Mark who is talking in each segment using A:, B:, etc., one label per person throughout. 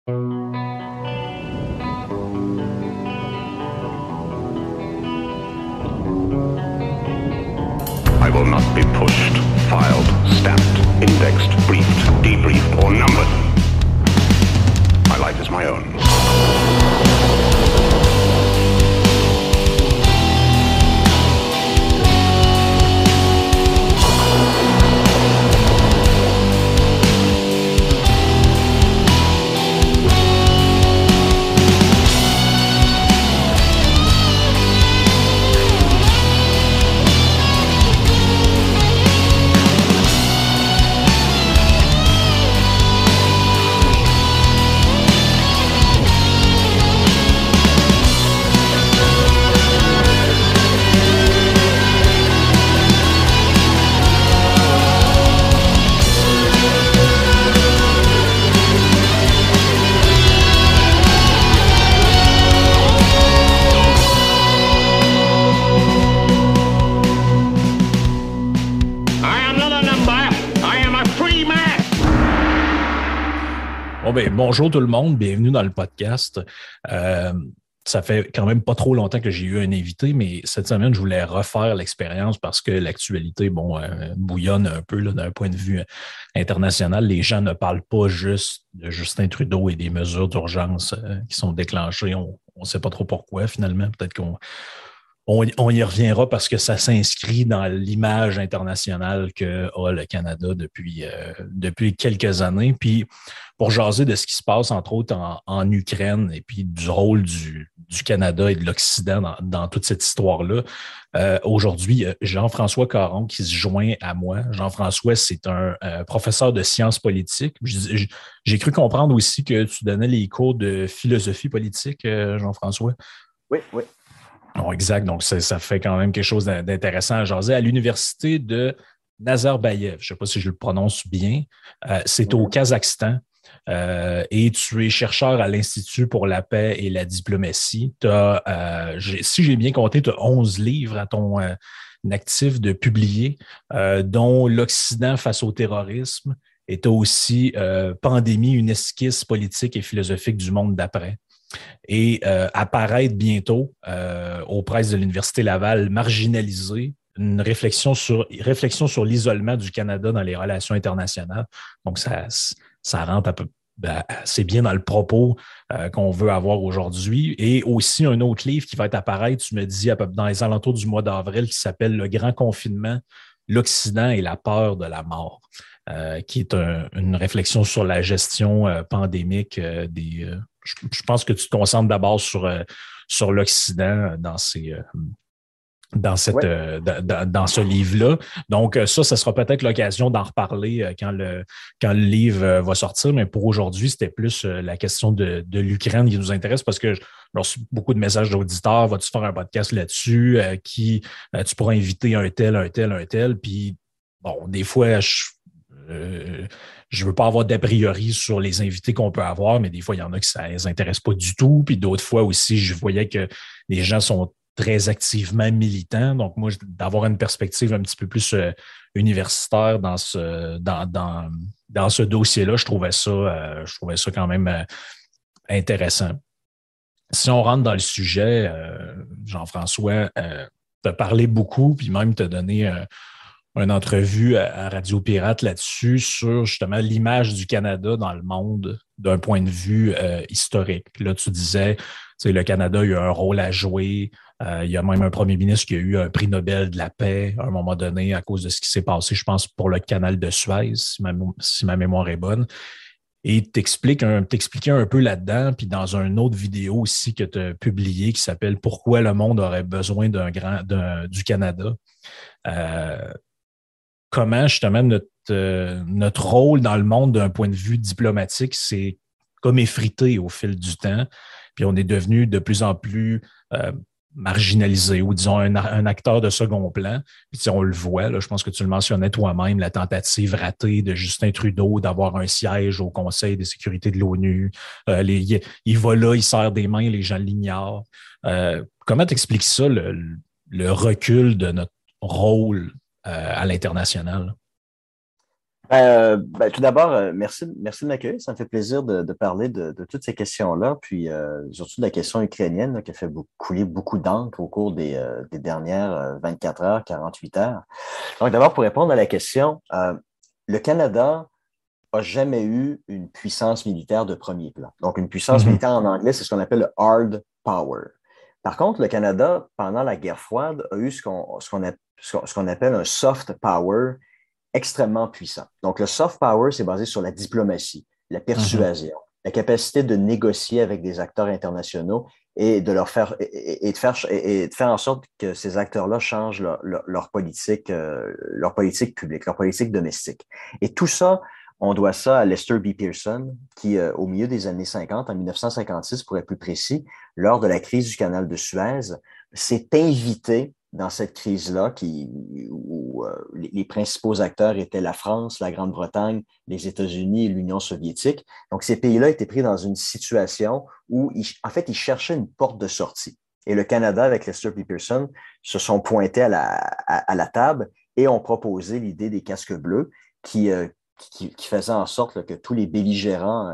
A: I will not be pushed, filed, stamped, indexed, briefed, debriefed, or numbered. My life is my own.
B: Bonjour tout le monde, bienvenue dans le podcast. Ça fait quand même pas trop longtemps que j'ai eu un invité, mais cette semaine, je voulais refaire l'expérience parce que l'actualité, bouillonne un peu là, d'un point de vue international. Les gens ne parlent pas juste de Justin Trudeau et des mesures d'urgence qui sont déclenchées. On ne sait pas trop pourquoi finalement. Peut-être qu'on y reviendra parce que ça s'inscrit dans l'image internationale qu'a le Canada depuis quelques années. Puis pour jaser de ce qui se passe, entre autres, en Ukraine et puis du rôle du Canada et de l'Occident dans toute cette histoire-là, aujourd'hui, Jean-François Caron qui se joint à moi. Jean-François, c'est un professeur de sciences politiques. J'ai cru comprendre aussi que tu donnais les cours de philosophie politique, Jean-François.
C: Oui.
B: Non, exact. Donc, ça fait quand même quelque chose d'intéressant à jaser. À l'université de Nazarbayev, je ne sais pas si je le prononce bien, c'est au Kazakhstan. Et tu es chercheur à l'Institut pour la paix et la diplomatie. Si j'ai bien compté, tu as 11 livres à ton actif de publier, dont L'Occident face au terrorisme, et tu as aussi Pandémie, une esquisse politique et philosophique du monde d'après. Et apparaître bientôt aux presses de l'Université Laval, Marginalisé, une réflexion sur l'isolement du Canada dans les relations internationales. Donc, ça rentre assez bien dans le propos qu'on veut avoir aujourd'hui. Et aussi un autre livre qui va apparaître, tu me dis, dans les alentours du mois d'avril, qui s'appelle Le Grand Confinement, l'Occident et la peur de la mort, qui est une réflexion sur la gestion pandémique je pense que tu te concentres d'abord sur l'Occident dans ce livre-là. Donc, ça sera peut-être l'occasion d'en reparler quand le livre va sortir. Mais pour aujourd'hui, c'était plus la question de l'Ukraine qui nous intéresse parce que j'ai reçu beaucoup de messages d'auditeurs. Vas-tu faire un podcast là-dessus? Tu pourras inviter un tel. Puis, bon, des fois, je veux pas avoir d'a priori sur les invités qu'on peut avoir, mais des fois, il y en a qui ça les intéresse pas du tout. Puis d'autres fois aussi, je voyais que les gens sont très activement militants. Donc, moi, d'avoir une perspective un petit peu plus universitaire dans ce dossier-là, je trouvais ça quand même intéressant. Si on rentre dans le sujet, Jean-François, tu as parlé beaucoup, puis même tu as donné une entrevue à Radio Pirate là-dessus sur justement l'image du Canada dans le monde d'un point de vue historique. Puis là, tu disais, le Canada a eu un rôle à jouer. Il y a même un premier ministre qui a eu un prix Nobel de la paix à un moment donné à cause de ce qui s'est passé, je pense, pour le canal de Suez, si ma mémoire est bonne. Et t'expliquais un peu là-dedans, puis dans une autre vidéo aussi que tu as publiée qui s'appelle « Pourquoi le monde aurait besoin du Canada ». Comment justement notre rôle dans le monde d'un point de vue diplomatique s'est comme effrité au fil du temps, puis on est devenu de plus en plus marginalisé ou disons un acteur de second plan. Puis on le voit, là, je pense que tu le mentionnais toi-même, la tentative ratée de Justin Trudeau d'avoir un siège au Conseil de sécurité de l'ONU. Il va là, il serre des mains, les gens l'ignorent. Comment t'expliques ça, le recul de notre rôle à l'international?
C: Tout d'abord, merci de m'accueillir. Ça me fait plaisir de parler de toutes ces questions-là, puis surtout de la question ukrainienne là, qui a fait couler beaucoup d'encre au cours des dernières 24 heures, 48 heures. Donc d'abord, pour répondre à la question, le Canada a jamais eu une puissance militaire de premier plan. Donc une puissance
B: Mhm.
C: militaire en anglais, c'est ce qu'on appelle le hard power. Par contre, le Canada, pendant la guerre froide, a eu ce qu'on appelle un soft power extrêmement puissant. Donc, le soft power, c'est basé sur la diplomatie, la
B: Mhm.
C: persuasion, la capacité de négocier avec des acteurs internationaux et de leur faire et de faire en sorte que ces acteurs-là changent leur politique publique, leur politique domestique. Et tout ça, on doit ça à Lester B. Pearson, qui, au milieu des années 50, en 1956 pour être plus précis, lors de la crise du canal de Suez, s'est invité dans cette crise-là, où les principaux acteurs étaient la France, la Grande-Bretagne, les États-Unis et l'Union soviétique. Donc, ces pays-là étaient pris dans une situation où, en fait, ils cherchaient une porte de sortie. Et le Canada, avec Lester B. Pearson, se sont pointés à la table et ont proposé l'idée des casques bleus qui faisait en sorte là, que tous les belligérants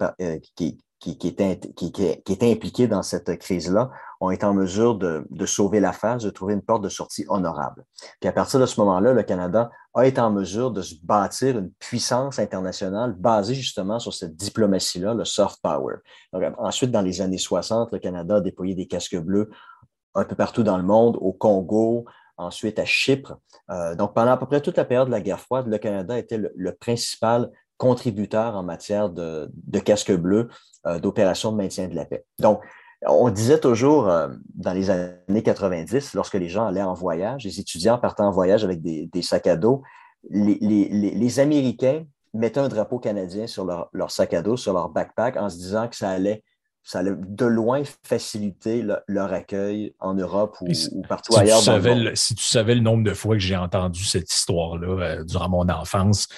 C: qui étaient impliqués dans cette crise-là ont été en mesure de sauver la face, de trouver une porte de sortie honorable. Puis à partir de ce moment-là, le Canada a été en mesure de se bâtir une puissance internationale basée justement sur cette diplomatie-là, le soft power. Donc, ensuite, dans les années 60, le Canada a déployé des casques bleus un peu partout dans le monde, au Congo, ensuite à Chypre. Donc, pendant à peu près toute la période de la guerre froide, le Canada était le principal contributeur en matière de casques bleus, d'opérations de maintien de la paix. Donc, on disait toujours dans les années 90, lorsque les gens allaient en voyage, les étudiants partant en voyage avec des sacs à dos, les Américains mettaient un drapeau canadien sur leur sac à dos, sur leur backpack, en se disant que ça allait de loin faciliter leur accueil en Europe
B: Et
C: ou partout ailleurs dans le monde.
B: si tu savais le nombre de fois que j'ai entendu cette histoire-là durant mon enfance,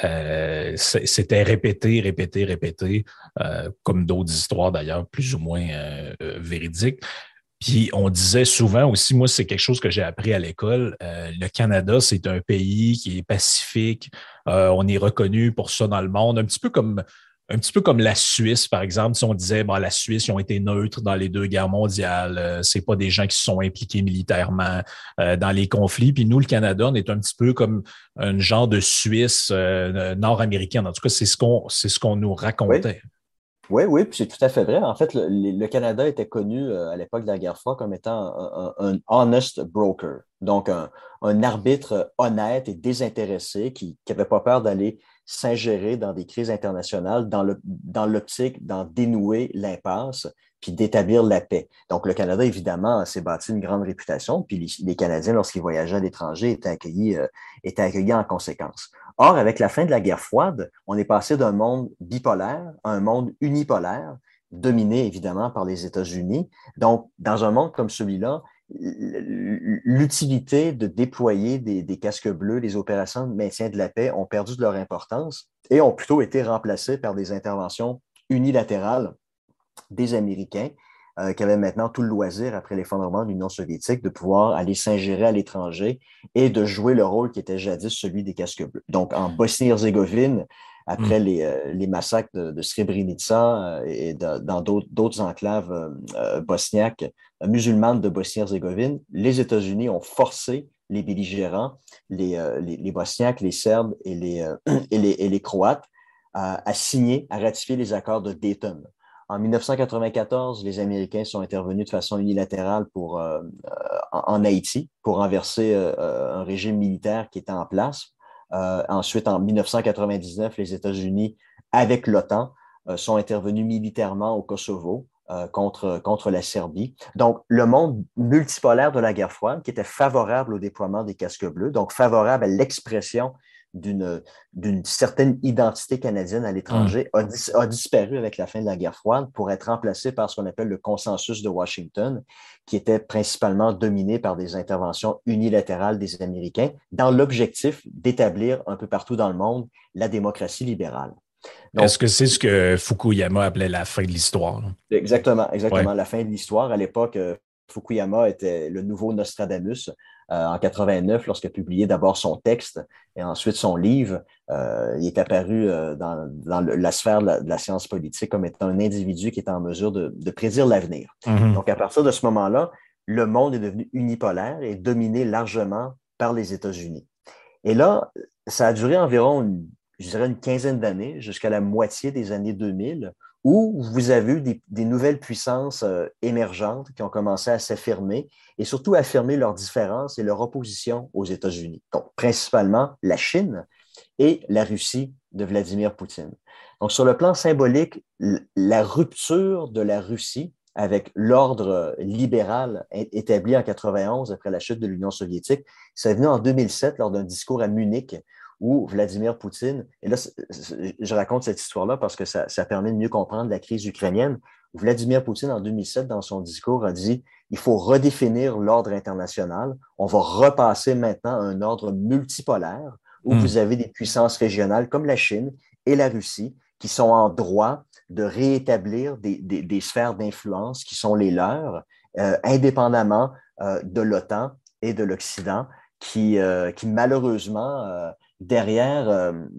B: c'était répété, répété, répété, comme d'autres histoires d'ailleurs, plus ou moins véridiques. Puis on disait souvent aussi, moi c'est quelque chose que j'ai appris à l'école, le Canada c'est un pays qui est pacifique, on est reconnu pour ça dans le monde, un petit peu comme la Suisse, par exemple, si on disait, bon, la Suisse, ils ont été neutres dans les deux guerres mondiales, c'est pas des gens qui se sont impliqués militairement dans les conflits. Puis nous, le Canada, on est un petit peu comme un genre de Suisse nord-américaine. En tout cas, c'est ce qu'on nous
C: Oui,
B: racontait.
C: oui, puis c'est tout à fait vrai. En fait, le Canada était connu à l'époque de la guerre froide comme étant un honest broker, donc un arbitre honnête et désintéressé qui n'avait pas peur d'aller s'ingérer dans des crises internationales dans l'optique d'en dénouer l'impasse puis d'établir la paix. Donc, le Canada, évidemment, s'est bâti une grande réputation, puis les Canadiens, lorsqu'ils voyageaient à l'étranger, étaient accueillis en conséquence. Or, avec la fin de la guerre froide, on est passé d'un monde bipolaire à un monde unipolaire, dominé évidemment par les États-Unis. Donc, dans un monde comme celui-là, l'utilité de déployer des casques bleus, des opérations de maintien de la paix ont perdu de leur importance et ont plutôt été remplacées par des interventions unilatérales des Américains qui avaient maintenant tout le loisir, après l'effondrement de l'Union soviétique, de pouvoir aller s'ingérer à l'étranger et de jouer le rôle qui était jadis celui des casques bleus. Donc, en Bosnie-Herzégovine, après les massacres de Srebrenica et dans d'autres enclaves bosniaques, musulmanes de Bosnie-Herzégovine, les États-Unis ont forcé les belligérants, les Bosniaques, les Serbes et les Croates à signer, à ratifier les accords de Dayton. En 1994, les Américains sont intervenus de façon unilatérale en Haïti pour renverser un régime militaire qui était en place. Ensuite, en 1999, les États-Unis, avec l'OTAN, sont intervenus militairement au Kosovo contre la Serbie. Donc, le monde multipolaire de la guerre froide, qui était favorable au déploiement des casques bleus, donc favorable à l'expression d'une certaine identité canadienne à
B: Hum.
C: l'étranger a disparu avec la fin de la guerre froide pour être remplacé par ce qu'on appelle le consensus de Washington, qui était principalement dominé par des interventions unilatérales des Américains dans l'objectif d'établir un peu partout dans le monde la démocratie libérale.
B: Est-ce
C: Donc,
B: que c'est ce que Fukuyama appelait la fin de l'histoire?
C: exactement,
B: Oui.
C: la fin de l'histoire. À l'époque, Fukuyama était le nouveau Nostradamus. en 89, lorsqu'il a publié d'abord son texte et ensuite son livre. Il est apparu dans la sphère de la science politique comme étant un individu qui est en mesure de prédire l'avenir.
B: Mhm.
C: Donc, à partir de ce moment-là, le monde est devenu unipolaire et dominé largement par les États-Unis. Et là, ça a duré environ, je dirais, une quinzaine d'années, jusqu'à la moitié des années 2000, où vous avez eu des nouvelles puissances émergentes qui ont commencé à s'affirmer et surtout à affirmer leurs différences et leur opposition aux États-Unis. Donc, principalement la Chine et la Russie de Vladimir Poutine. Donc, sur le plan symbolique, la rupture de la Russie avec l'ordre libéral établi en 91 après la chute de l'Union soviétique, c'est venu en 2007 lors d'un discours à Munich où Vladimir Poutine, et là, je raconte cette histoire-là parce que ça permet de mieux comprendre la crise ukrainienne, où Vladimir Poutine, en 2007, dans son discours, a dit « Il faut redéfinir l'ordre international. On va repasser maintenant à un ordre multipolaire où vous avez des puissances régionales comme la Chine et la Russie qui sont en droit de réétablir des sphères d'influence qui sont les leurs, indépendamment de l'OTAN et de l'Occident, qui malheureusement, derrière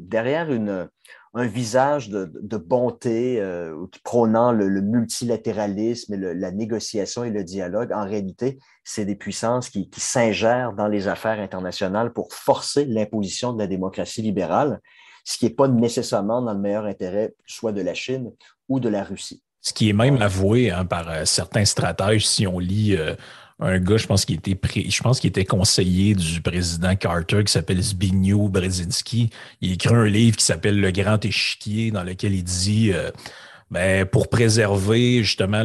C: un visage de bonté prônant le multilatéralisme et la négociation et le dialogue, en réalité, c'est des puissances qui s'ingèrent dans les affaires internationales pour forcer l'imposition de la démocratie libérale, ce qui n'est pas nécessairement dans le meilleur intérêt soit de la Chine ou de la Russie.
B: Ce qui est même avoué par certains stratèges, si on lit un gars, je pense qu'il était conseiller du président Carter, qui s'appelle Zbigniew Brzezinski. Il a écrit un livre qui s'appelle Le Grand Échiquier, dans lequel il dit pour préserver justement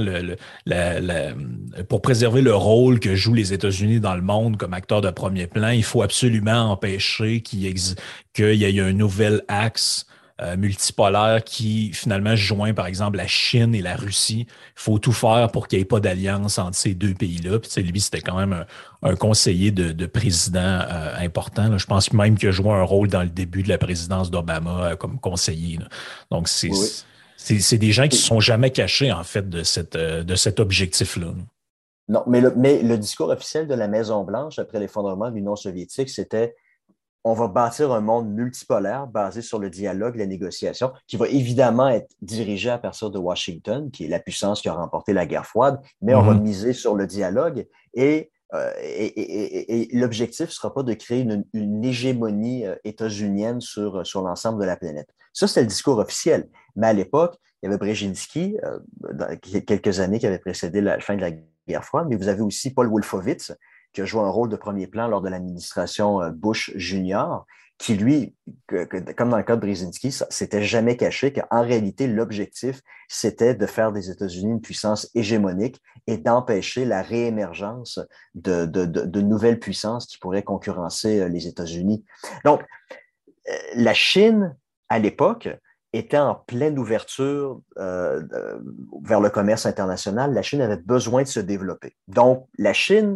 B: pour préserver le rôle que jouent les États-Unis dans le monde comme acteur de premier plan, il faut absolument empêcher qu'il y ait un nouvel axe multipolaire qui finalement joint par exemple la Chine et la Russie. Il faut tout faire pour qu'il n'y ait pas d'alliance entre ces deux pays-là. Puis lui, c'était quand même un conseiller de président important. Là. Je pense même qu'il a joué un rôle dans le début de la présidence d'Obama comme conseiller. Là. Donc, c'est des gens qui ne se sont jamais cachés, en fait, de cet objectif-là.
C: Non, mais le discours officiel de la Maison-Blanche après l'effondrement de l'Union soviétique, c'était on va bâtir un monde multipolaire basé sur le dialogue, la négociation, qui va évidemment être dirigé à partir de Washington, qui est la puissance qui a remporté la guerre froide, mais on va miser sur le dialogue et l'objectif ne sera pas de créer une hégémonie états-unienne sur l'ensemble de la planète. Ça, c'était le discours officiel. Mais à l'époque, il y avait Brzezinski, quelques années qui avaient précédé la fin de la guerre froide, mais vous avez aussi Paul Wolfowitz, qui a joué un rôle de premier plan lors de l'administration Bush Junior, qui lui, comme dans le cas de Brzezinski, s'était jamais caché qu'en réalité, l'objectif, c'était de faire des États-Unis une puissance hégémonique et d'empêcher la réémergence de nouvelles puissances qui pourraient concurrencer les États-Unis. Donc, la Chine, à l'époque, était en pleine ouverture vers le commerce international. La Chine avait besoin de se développer. Donc, la Chine,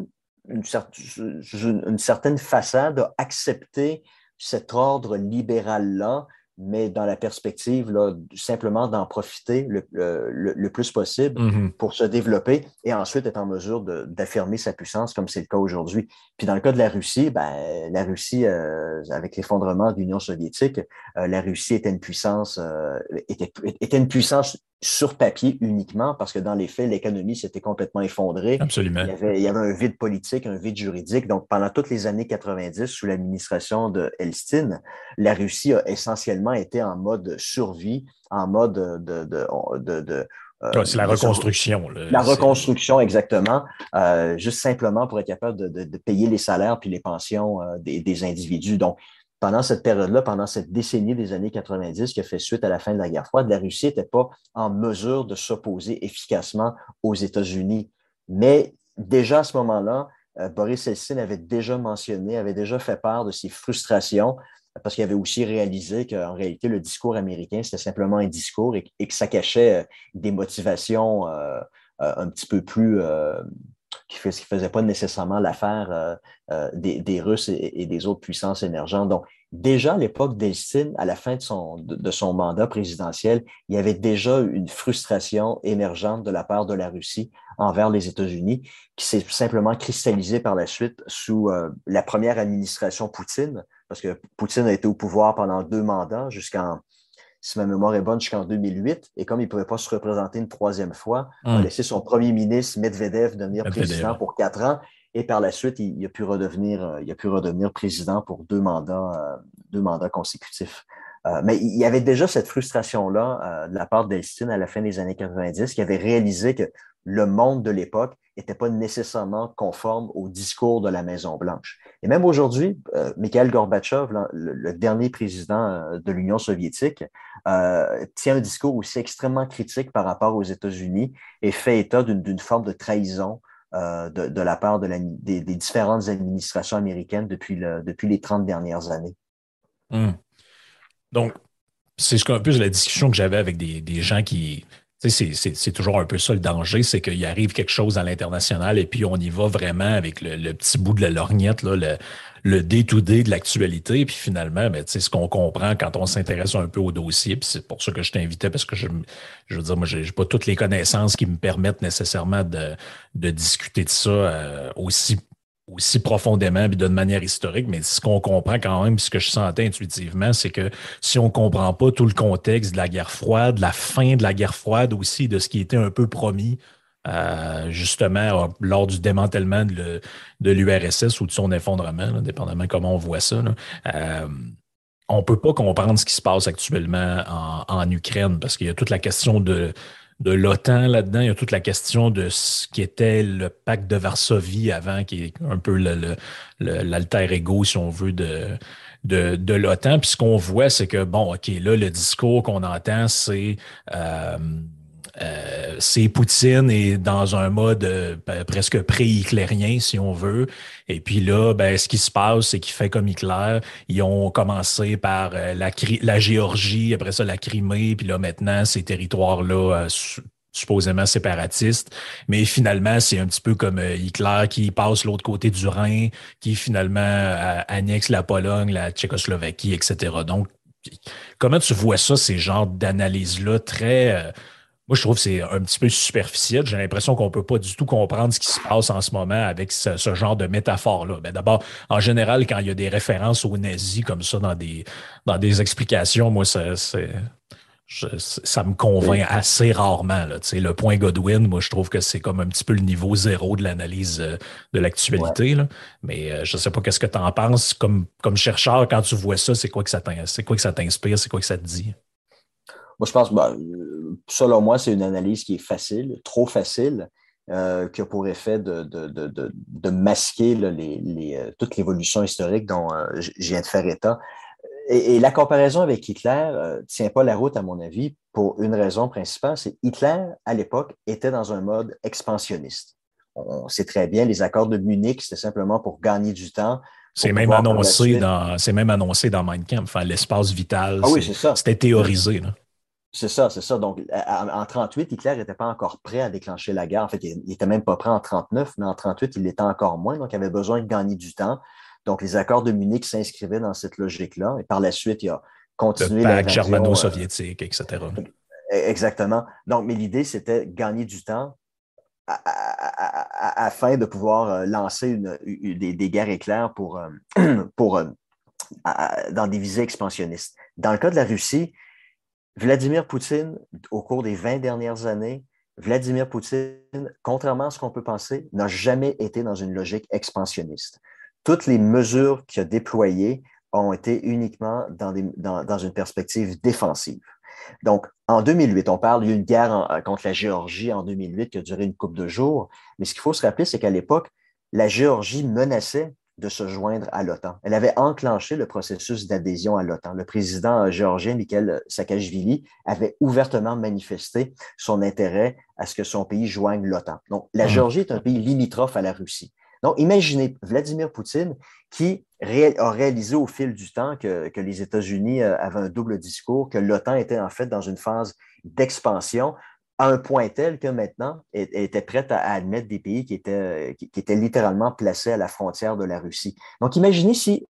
C: une certaine façade, a accepté cet ordre libéral-là, mais dans la perspective là, simplement d'en profiter le plus possible pour se développer et ensuite être en mesure d'affirmer sa puissance comme c'est le cas aujourd'hui. Puis dans le cas de la Russie, avec l'effondrement de l'Union soviétique, la Russie était une puissance sur papier uniquement parce que dans les faits, l'économie s'était complètement effondrée.
B: Absolument.
C: Il y avait un vide politique, un vide juridique. Donc, pendant toutes les années 90, sous l'administration de Elstine, la Russie a essentiellement été en mode survie, en mode
B: c'est la reconstruction.
C: La reconstruction, exactement. Juste simplement pour être capable de payer les salaires puis les pensions des individus. Donc, pendant cette période-là, pendant cette décennie des années 90 qui a fait suite à la fin de la guerre froide, la Russie n'était pas en mesure de s'opposer efficacement aux États-Unis. Mais déjà à ce moment-là, Boris Eltsine avait déjà fait part de ses frustrations parce qu'il avait aussi réalisé qu'en réalité, le discours américain, c'était simplement un discours et que ça cachait des motivations un petit peu plus qui ne faisait pas nécessairement l'affaire des Russes et des autres puissances émergentes. Donc, Déjà à l'époque d'Eltsine, à la fin de son mandat présidentiel, il y avait déjà une frustration émergente de la part de la Russie envers les États-Unis, qui s'est simplement cristallisée par la suite sous la première administration Poutine, parce que Poutine a été au pouvoir pendant 2 mandats, si ma mémoire est bonne, jusqu'en 2008. Et comme il ne pouvait pas se représenter une troisième fois, a laissé son premier ministre, Medvedev, devenir président pour 4 ans. Et par la suite, il a pu redevenir président pour 2 mandats consécutifs. Mais il y avait déjà cette frustration-là de la part d'Eltsine à la fin des années 90, qui avait réalisé que le monde de l'époque n'était pas nécessairement conforme au discours de la Maison-Blanche. Et même aujourd'hui, Mikhail Gorbatchev, le dernier président de l'Union soviétique, tient un discours aussi extrêmement critique par rapport aux États-Unis et fait état d'une forme de trahison de la part des différentes administrations américaines depuis les 30 dernières années.
B: Donc, c'est un peu la discussion que j'avais avec des gens qui. Tu sais, c'est toujours un peu ça le danger, c'est qu'il arrive quelque chose à l'international et puis on y va vraiment avec le petit bout de la lorgnette, là, le day-to-day de l'actualité. Puis finalement, ben, tu sais, ce qu'on comprend quand on s'intéresse un peu au dossier, puis c'est pour ça que je t'invitais, parce que je veux dire, moi, j'ai pas toutes les connaissances qui me permettent nécessairement de discuter de ça aussi profondément et d'une manière historique, mais ce qu'on comprend quand même, ce que je sentais intuitivement, c'est que si on ne comprend pas tout le contexte de la guerre froide, la fin de la guerre froide aussi, de ce qui était un peu promis, justement, lors du démantèlement de l'URSS ou de son effondrement, là, dépendamment comment on voit ça, là, on ne peut pas comprendre ce qui se passe actuellement en Ukraine, parce qu'il y a toute la question de l'OTAN là-dedans. Il y a toute la question de ce qui était le pacte de Varsovie avant, qui est un peu l'alter ego, si on veut, de l'OTAN. Puis ce qu'on voit, c'est que, bon, OK, là, le discours qu'on entend, c'est Poutine est dans un mode presque pré-hitlérien, si on veut. Et puis là, ben, ce qui se passe, c'est qu'il fait comme Hitler. Ils ont commencé par la Géorgie, après ça la Crimée, puis là maintenant ces territoires-là supposément séparatistes. Mais finalement, c'est un petit peu comme Hitler qui passe l'autre côté du Rhin, qui finalement annexe la Pologne, la Tchécoslovaquie, etc. Donc, comment tu vois ça, ces genres d'analyses-là très... moi, je trouve que c'est un petit peu superficiel. J'ai l'impression qu'on ne peut pas du tout comprendre ce qui se passe en ce moment avec ce genre de métaphore-là. Ben, d'abord, en général, quand il y a des références aux nazis comme ça dans des explications, moi, ça me convainc assez rarement. Là. Tu sais, le point Godwin, moi, je trouve que c'est comme un petit peu le niveau zéro de l'analyse de l'actualité. Là. Mais je ne sais pas qu'est-ce que tu en penses. Comme chercheur, quand tu vois ça, c'est quoi que ça t'inspire? C'est quoi que ça te dit?
C: Moi, je pense, selon moi, c'est une analyse qui est facile, trop facile, qui a pour effet de masquer là, toute l'évolution historique dont je viens de faire état. Et la comparaison avec Hitler tient pas la route, à mon avis, pour une raison principale, c'est Hitler, à l'époque, était dans un mode expansionniste. On sait très bien, les accords de Munich, c'était simplement pour gagner du temps.
B: C'est même annoncé dans Mein Kampf, enfin, l'espace vital.
C: Ah oui, c'est ça.
B: C'était théorisé. Là.
C: C'est ça, c'est ça. Donc, en 1938, Hitler n'était pas encore prêt à déclencher la guerre. En fait, il n'était même pas prêt en 1939, mais en 1938, il l'était encore moins. Donc, il avait besoin de gagner du temps. Donc, les accords de Munich s'inscrivaient dans cette logique-là. Et par la suite, il a continué
B: le pacte germano-soviétique, etc.
C: Exactement. Donc, mais l'idée, c'était gagner du temps afin de pouvoir lancer des guerres éclairs dans des visées expansionnistes. Dans le cas de la Russie, Vladimir Poutine, au cours des 20 dernières années, Vladimir Poutine, contrairement à ce qu'on peut penser, n'a jamais été dans une logique expansionniste. Toutes les mesures qu'il a déployées ont été uniquement dans une perspective défensive. Donc, en 2008, il y a eu une guerre contre la Géorgie en 2008 qui a duré une couple de jours, mais ce qu'il faut se rappeler, c'est qu'à l'époque, la Géorgie menaçait de se joindre à l'OTAN. Elle avait enclenché le processus d'adhésion à l'OTAN. Le président géorgien, Mikhail Saakashvili, avait ouvertement manifesté son intérêt à ce que son pays joigne l'OTAN. Donc, la Géorgie est un pays limitrophe à la Russie. Donc, imaginez Vladimir Poutine qui a réalisé au fil du temps que les États-Unis avaient un double discours, que l'OTAN était en fait dans une phase d'expansion, à un point tel que maintenant, elle était prête à admettre des pays qui étaient littéralement placés à la frontière de la Russie. Donc, imaginez si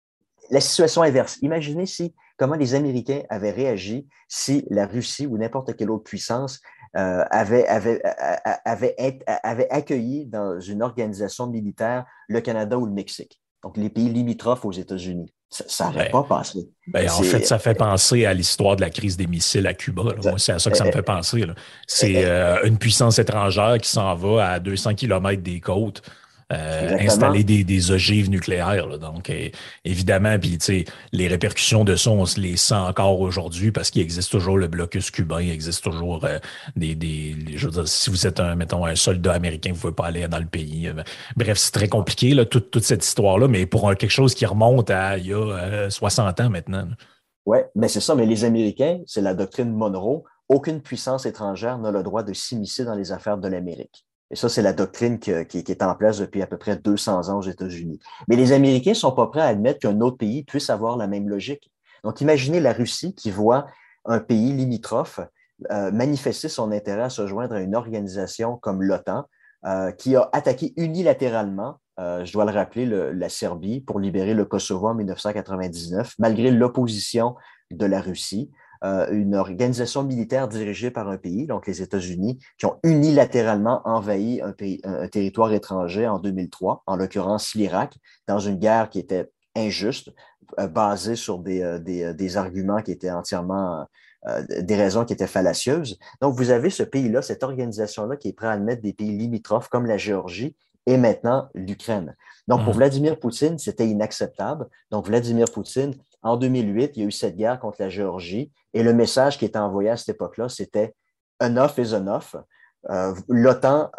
C: la situation inverse. Imaginez comment les Américains avaient réagi si la Russie ou n'importe quelle autre puissance avait accueilli dans une organisation militaire le Canada ou le Mexique. Donc, les pays limitrophes aux États-Unis. Ça n'aurait pas passé.
B: En fait, ça fait penser à l'histoire de la crise des missiles à Cuba. Moi, c'est à ça que ça me fait penser. C'est une puissance étrangère qui s'en va à 200 km des côtes. Installer des ogives nucléaires. Donc, évidemment, puis les répercussions de ça, on se les sent encore aujourd'hui parce qu'il existe toujours le blocus cubain, il existe toujours je veux dire, si vous êtes mettons, un soldat américain, vous ne pouvez pas aller dans le pays. Bref, c'est très compliqué, là, toute cette histoire-là, mais pour quelque chose qui remonte à il y a 60 ans maintenant.
C: Oui, mais c'est ça, mais les Américains, c'est la doctrine Monroe. Aucune puissance étrangère n'a le droit de s'immiscer dans les affaires de l'Amérique. Et ça, c'est la doctrine qui est en place depuis à peu près 200 ans aux États-Unis. Mais les Américains ne sont pas prêts à admettre qu'un autre pays puisse avoir la même logique. Donc, imaginez la Russie qui voit un pays limitrophe manifester son intérêt à se joindre à une organisation comme l'OTAN, qui a attaqué unilatéralement, je dois le rappeler, la Serbie pour libérer le Kosovo en 1999, malgré l'opposition de la Russie. Une organisation militaire dirigée par un pays, donc les États-Unis, qui ont unilatéralement envahi un territoire étranger en 2003, en l'occurrence l'Irak, dans une guerre qui était injuste, basée sur des arguments qui étaient entièrement des raisons qui étaient fallacieuses. Donc, vous avez ce pays-là, cette organisation-là qui est prête à admettre des pays limitrophes comme la Géorgie et maintenant l'Ukraine. Donc, pour Vladimir Poutine, c'était inacceptable. Donc, Vladimir Poutine, en 2008, il y a eu cette guerre contre la Géorgie et le message qui était envoyé à cette époque-là, c'était « enough is enough ». L'OTAN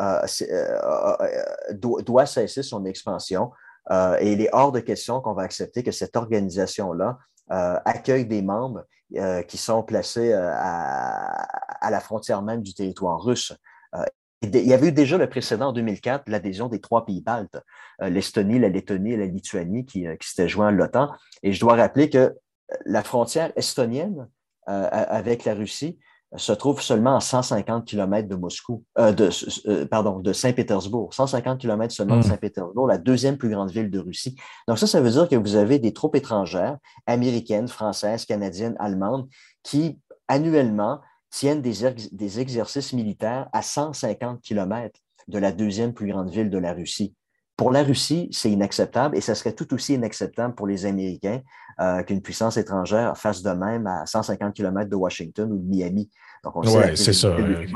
C: doit cesser son expansion et il est hors de question qu'on va accepter que cette organisation-là accueille des membres qui sont placés à la frontière même du territoire russe. Il y avait eu déjà le précédent en 2004, l'adhésion des 3 pays baltes, l'Estonie, la Lettonie et la Lituanie qui s'étaient joints à l'OTAN. Et je dois rappeler que la frontière estonienne avec la Russie se trouve seulement à 150 km de Moscou, de Saint-Pétersbourg. 150 km seulement de Saint-Pétersbourg, la deuxième plus grande ville de Russie. Donc ça veut dire que vous avez des troupes étrangères, américaines, françaises, canadiennes, allemandes, qui annuellement tiennent des exercices militaires à 150 km de la deuxième plus grande ville de la Russie. Pour la Russie, c'est inacceptable et ça serait tout aussi inacceptable pour les Américains qu'une puissance étrangère fasse de même à 150 km de Washington ou de Miami. Donc, on sait
B: c'est ça.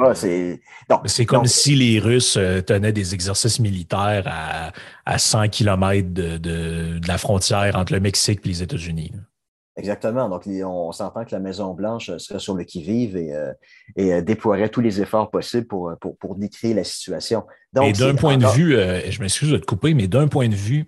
B: C'est comme si les Russes tenaient des exercices militaires à 100 km de la frontière entre le Mexique et les États-Unis.
C: Exactement. Donc, on s'entend que la Maison-Blanche serait sur le qui-vive et déploierait tous les efforts possibles pour décrire la situation. Donc,
B: et d'un point de vue, je m'excuse de te couper, mais d'un point de vue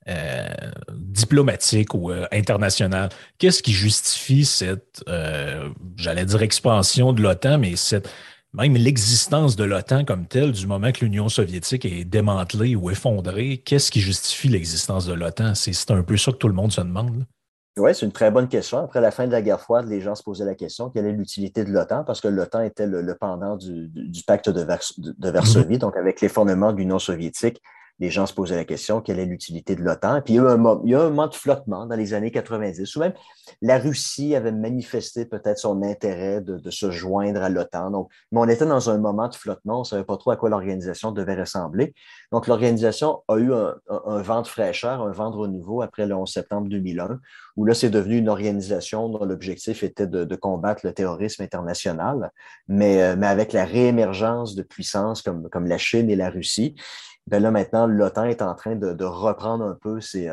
B: diplomatique ou international, qu'est-ce qui justifie cette, j'allais dire expansion de l'OTAN, mais même l'existence de l'OTAN comme telle, du moment que l'Union soviétique est démantelée ou effondrée, qu'est-ce qui justifie l'existence de l'OTAN? C'est un peu ça que tout le monde se demande, là.
C: Oui, c'est une très bonne question. Après la fin de la guerre froide, les gens se posaient la question, quelle est l'utilité de l'OTAN? Parce que l'OTAN était le pendant du pacte de Varsovie, donc avec l'effondrement de l'Union soviétique, les gens se posaient la question, quelle est l'utilité de l'OTAN? Puis il y a un moment de flottement dans les années 90, où même la Russie avait manifesté peut-être son intérêt de se joindre à l'OTAN. Donc, mais on était dans un moment de flottement, on ne savait pas trop à quoi l'organisation devait ressembler. Donc, l'organisation a eu un vent de fraîcheur, un vent de renouveau après le 11 septembre 2001, où là, c'est devenu une organisation dont l'objectif était de combattre le terrorisme international, mais avec la réémergence de puissances comme la Chine et la Russie. Ben là, maintenant, l'OTAN est en train de reprendre un peu ses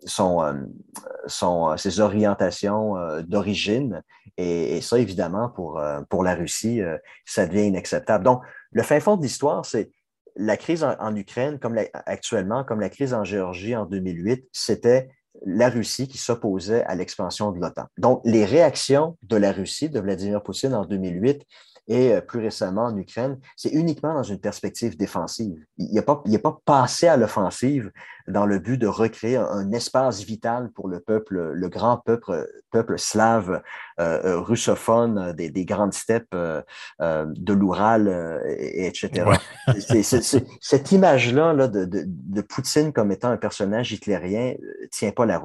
C: orientations d'origine. Et ça, évidemment, pour la Russie, ça devient inacceptable. Donc, le fin fond de l'histoire, c'est la crise en Ukraine, actuellement, comme la crise en Géorgie en 2008, c'était la Russie qui s'opposait à l'expansion de l'OTAN. Donc, les réactions de la Russie, de Vladimir Poutine en 2008, et plus récemment en Ukraine, c'est uniquement dans une perspective défensive. Il n'y a pas passé à l'offensive dans le but de recréer un espace vital pour le peuple, le grand peuple slave russophone des grandes steppes de l'Oural, etc. Ouais. Cette image-là de Poutine comme étant un personnage hitlérien tient pas la route.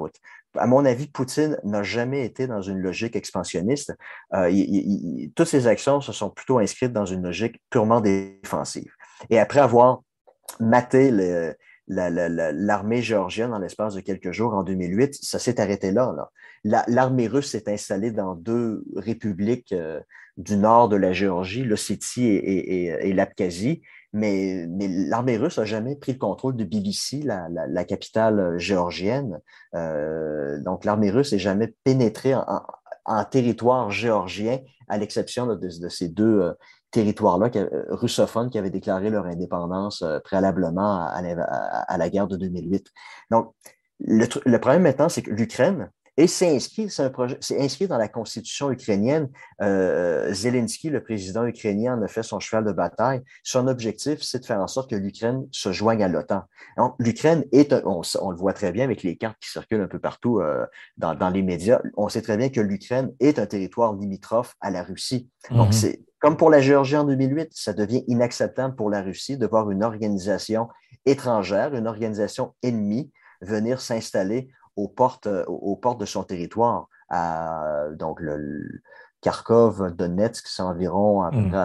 C: à mon avis, Poutine n'a jamais été dans une logique expansionniste. Toutes ses actions se sont plutôt inscrites dans une logique purement défensive. Et après avoir maté l'armée géorgienne en l'espace de quelques jours en 2008, ça s'est arrêté là. L'armée russe s'est installée dans deux républiques du nord de la Géorgie, l'Ossétie et l'Abkhazie, mais l'armée russe n'a jamais pris le contrôle de Tbilissi, la capitale géorgienne. Donc, l'armée russe n'est jamais pénétrée en territoire géorgien, à l'exception de ces deux territoires-là russophones qui avaient déclaré leur indépendance préalablement à la guerre de 2008. Donc, le problème maintenant, c'est que l'Ukraine, et c'est inscrit dans la constitution ukrainienne. Zelensky, le président ukrainien, en a fait son cheval de bataille. Son objectif, c'est de faire en sorte que l'Ukraine se joigne à l'OTAN. Donc, l'Ukraine on le voit très bien avec les cartes qui circulent un peu partout dans les médias, on sait très bien que l'Ukraine est un territoire limitrophe à la Russie. Donc, c'est comme pour la Géorgie en 2008, ça devient inacceptable pour la Russie de voir une organisation étrangère, une organisation ennemie, venir s'installer aux portes de son territoire. Donc, le Kharkov, Donetsk, c'est environ à peu près à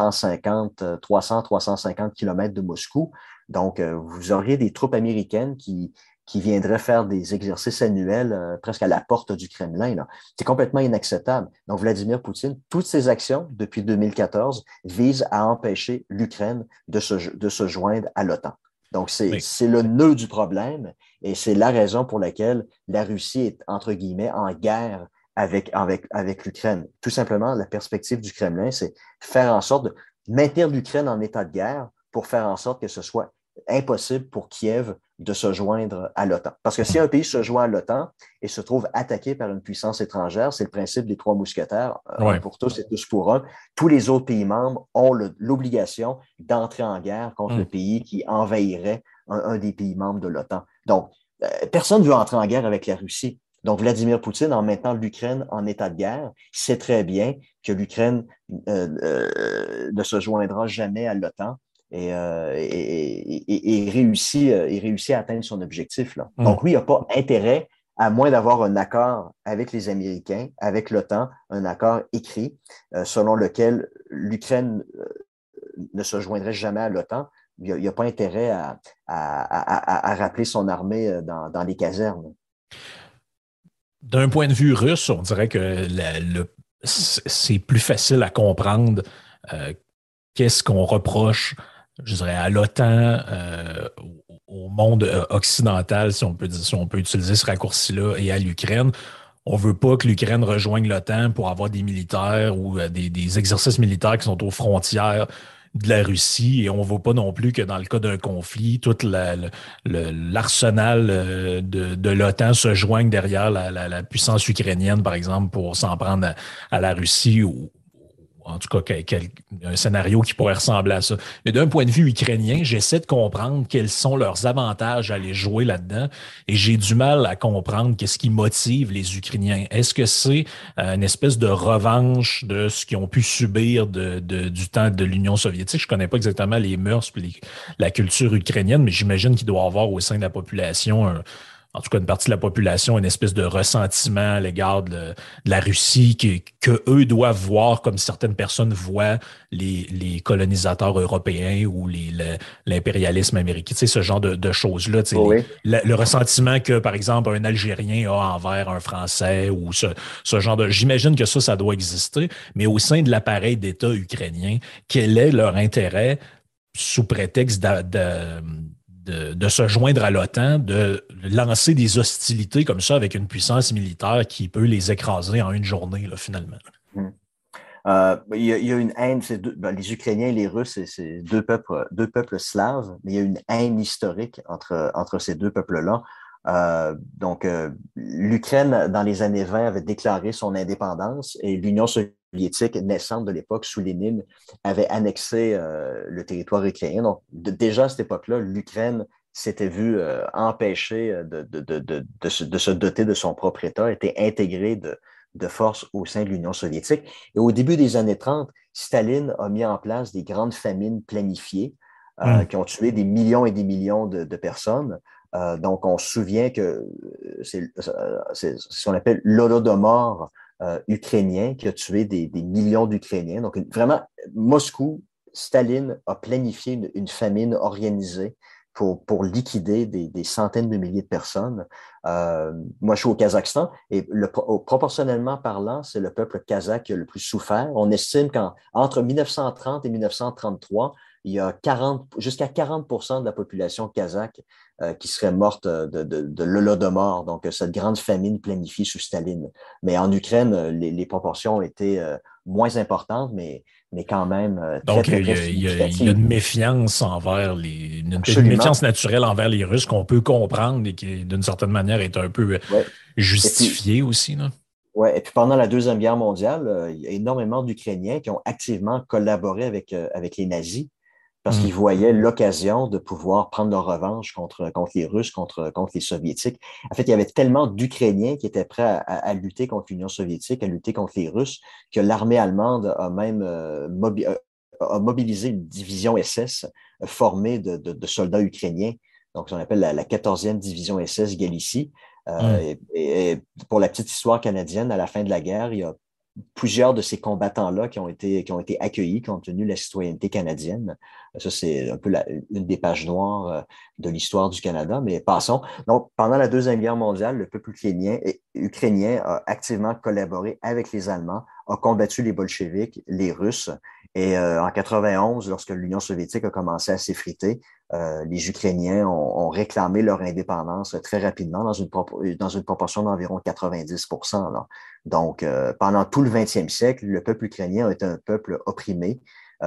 C: 300-350 kilomètres de Moscou. Donc, vous auriez des troupes américaines qui viendraient faire des exercices annuels presque à la porte du Kremlin, là. C'est complètement inacceptable. Donc, Vladimir Poutine, toutes ses actions depuis 2014 visent à empêcher l'Ukraine de se joindre à l'OTAN. Donc, c'est le nœud du problème et c'est la raison pour laquelle la Russie est, entre guillemets, en guerre avec l'Ukraine. Tout simplement, la perspective du Kremlin, c'est faire en sorte de maintenir l'Ukraine en état de guerre pour faire en sorte que ce soit impossible pour Kiev de se joindre à l'OTAN. Parce que si un pays se joint à l'OTAN et se trouve attaqué par une puissance étrangère, c'est le principe des trois mousquetaires, un pour tous et tous pour un. Tous les autres pays membres ont l'obligation d'entrer en guerre contre le pays qui envahirait un des pays membres de l'OTAN. Donc, personne ne veut entrer en guerre avec la Russie. Donc, Vladimir Poutine, en mettant l'Ukraine en état de guerre, sait très bien que l'Ukraine ne se joindra jamais à l'OTAN. Et réussit à atteindre son objectif, là. Donc, lui, il n'a pas intérêt, à moins d'avoir un accord avec les Américains, avec l'OTAN, un accord écrit, selon lequel l'Ukraine ne se joindrait jamais à l'OTAN. Il n'y a pas intérêt à rappeler son armée dans les casernes.
B: D'un point de vue russe, on dirait que c'est plus facile à comprendre qu'est-ce qu'on reproche, je dirais, à l'OTAN, au monde occidental, si on peut utiliser ce raccourci-là, et à l'Ukraine. On ne veut pas que l'Ukraine rejoigne l'OTAN pour avoir des militaires ou des exercices militaires qui sont aux frontières de la Russie, et on ne veut pas non plus que dans le cas d'un conflit, tout l'arsenal de l'OTAN se joigne derrière la puissance ukrainienne, par exemple, pour s'en prendre à la Russie ou en tout cas un scénario qui pourrait ressembler à ça. Mais d'un point de vue ukrainien, j'essaie de comprendre quels sont leurs avantages à aller jouer là-dedans et j'ai du mal à comprendre qu'est-ce qui motive les Ukrainiens. Est-ce que c'est une espèce de revanche de ce qu'ils ont pu subir du temps de l'Union soviétique? Je connais pas exactement les mœurs et la culture ukrainienne, mais j'imagine qu'il doit y avoir au sein de la population en tout cas une partie de la population, une espèce de ressentiment à l'égard de la Russie que eux doivent voir comme certaines personnes voient les colonisateurs européens ou l'impérialisme américain, tu sais, ce genre de choses-là. Tu sais,
C: Oui.
B: le ressentiment que, par exemple, un Algérien a envers un Français ou ce genre de... J'imagine que ça doit exister, mais au sein de l'appareil d'État ukrainien, quel est leur intérêt sous prétexte de se joindre à l'OTAN, de lancer des hostilités comme ça avec une puissance militaire qui peut les écraser en une journée, là, finalement.
C: Il y a une haine, les Ukrainiens et les Russes, c'est deux peuples slaves, mais il y a une haine historique entre ces deux peuples-là. L'Ukraine, dans les années 20, avait déclaré son indépendance et l'Union soviétique naissante de l'époque, sous Lénine, avait annexé le territoire ukrainien. Donc, déjà à cette époque-là, l'Ukraine s'était vue empêchée de se doter de son propre État, était intégrée de force au sein de l'Union soviétique. Et au début des années 30, Staline a mis en place des grandes famines planifiées qui ont tué des millions et des millions de personnes. Donc, on se souvient que c'est ce qu'on appelle l'Holodomor ukrainien qui a tué des millions d'Ukrainiens. Donc, vraiment, Moscou, Staline a planifié une famine organisée pour liquider des centaines de milliers de personnes. Moi, je suis au Kazakhstan et proportionnellement parlant, c'est le peuple kazakh qui a le plus souffert. On estime qu'entre 1930 et 1933, il y a jusqu'à 40% de la population kazakh qui serait morte de l'Holodomor, donc cette grande famine planifiée sous Staline. Mais en Ukraine, les proportions étaient moins importantes, mais quand même très,
B: Donc,
C: très, très
B: il y a
C: significatives.
B: une méfiance envers une
C: Absolument.
B: méfiance naturelle envers les Russes qu'on peut comprendre et qui, d'une certaine manière, est un peu
C: Ouais. Et puis,
B: justifiée aussi, là.
C: ouais, et puis pendant la Deuxième Guerre mondiale, il y a énormément d'Ukrainiens qui ont activement collaboré avec les nazis parce
B: Mm.
C: qu'ils voyaient l'occasion de pouvoir prendre leur revanche contre les Russes, contre les Soviétiques. En fait, il y avait tellement d'Ukrainiens qui étaient prêts à lutter contre l'Union soviétique, à lutter contre les Russes, que l'armée allemande a même a mobilisé une division SS formée de soldats ukrainiens, donc ce qu'on appelle la 14e division SS Galicie.
B: Mm.
C: Et pour la petite histoire canadienne, à la fin de la guerre, il y a plusieurs de ces combattants-là qui ont été accueillis, qui ont obtenu la citoyenneté canadienne. Ça, c'est un peu une des pages noires de l'histoire du Canada, mais passons. Donc, pendant la Deuxième Guerre mondiale, le peuple ukrainien a activement collaboré avec les Allemands, a combattu les bolcheviks, les Russes, et en 91, lorsque l'Union soviétique a commencé à s'effriter, les Ukrainiens ont réclamé leur indépendance très rapidement dans une proportion d'environ 90%. Là. Donc, pendant tout le 20e siècle, le peuple ukrainien a été un peuple opprimé,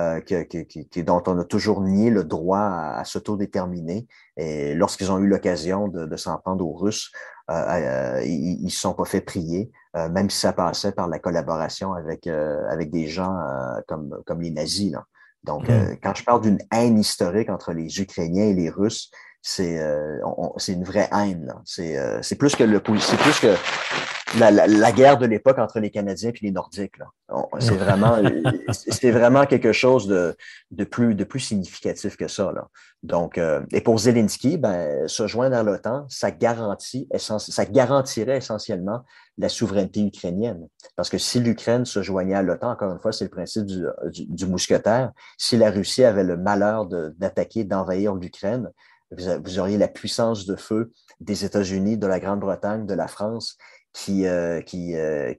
C: dont on a toujours nié le droit s'autodéterminer. Et lorsqu'ils ont eu l'occasion de s'en prendre aux Russes, ils ne se sont pas fait prier, même si ça passait par la collaboration avec des gens comme les nazis. Là. Donc,
B: Mm.
C: quand je parle d'une haine historique entre les Ukrainiens et les Russes, c'est une vraie haine. Là. C'est plus que la guerre de l'époque entre les Canadiens et les Nordiques. Là. C'est vraiment quelque chose de plus significatif que ça. Là. Donc, et pour Zelensky, ben, se joindre à l'OTAN, ça garantirait essentiellement la souveraineté ukrainienne. Parce que si l'Ukraine se joignait à l'OTAN, encore une fois, c'est le principe du mousquetaire, si la Russie avait le malheur d'attaquer, d'envahir l'Ukraine, vous auriez la puissance de feu des États-Unis, de la Grande-Bretagne, de la France, qui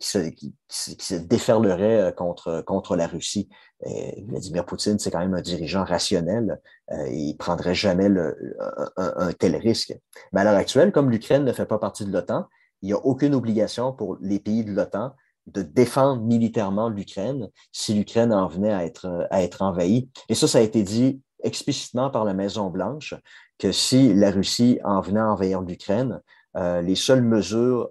C: se déferlerait contre la Russie. Et Vladimir Poutine, c'est quand même un dirigeant rationnel. Il prendrait jamais un tel risque. Mais à l'heure actuelle, comme l'Ukraine ne fait pas partie de l'OTAN, il n'y a aucune obligation pour les pays de l'OTAN de défendre militairement l'Ukraine si l'Ukraine en venait à être envahie. Et ça a été dit explicitement par la Maison-Blanche que si la Russie en venait à envahir l'Ukraine, les seules mesures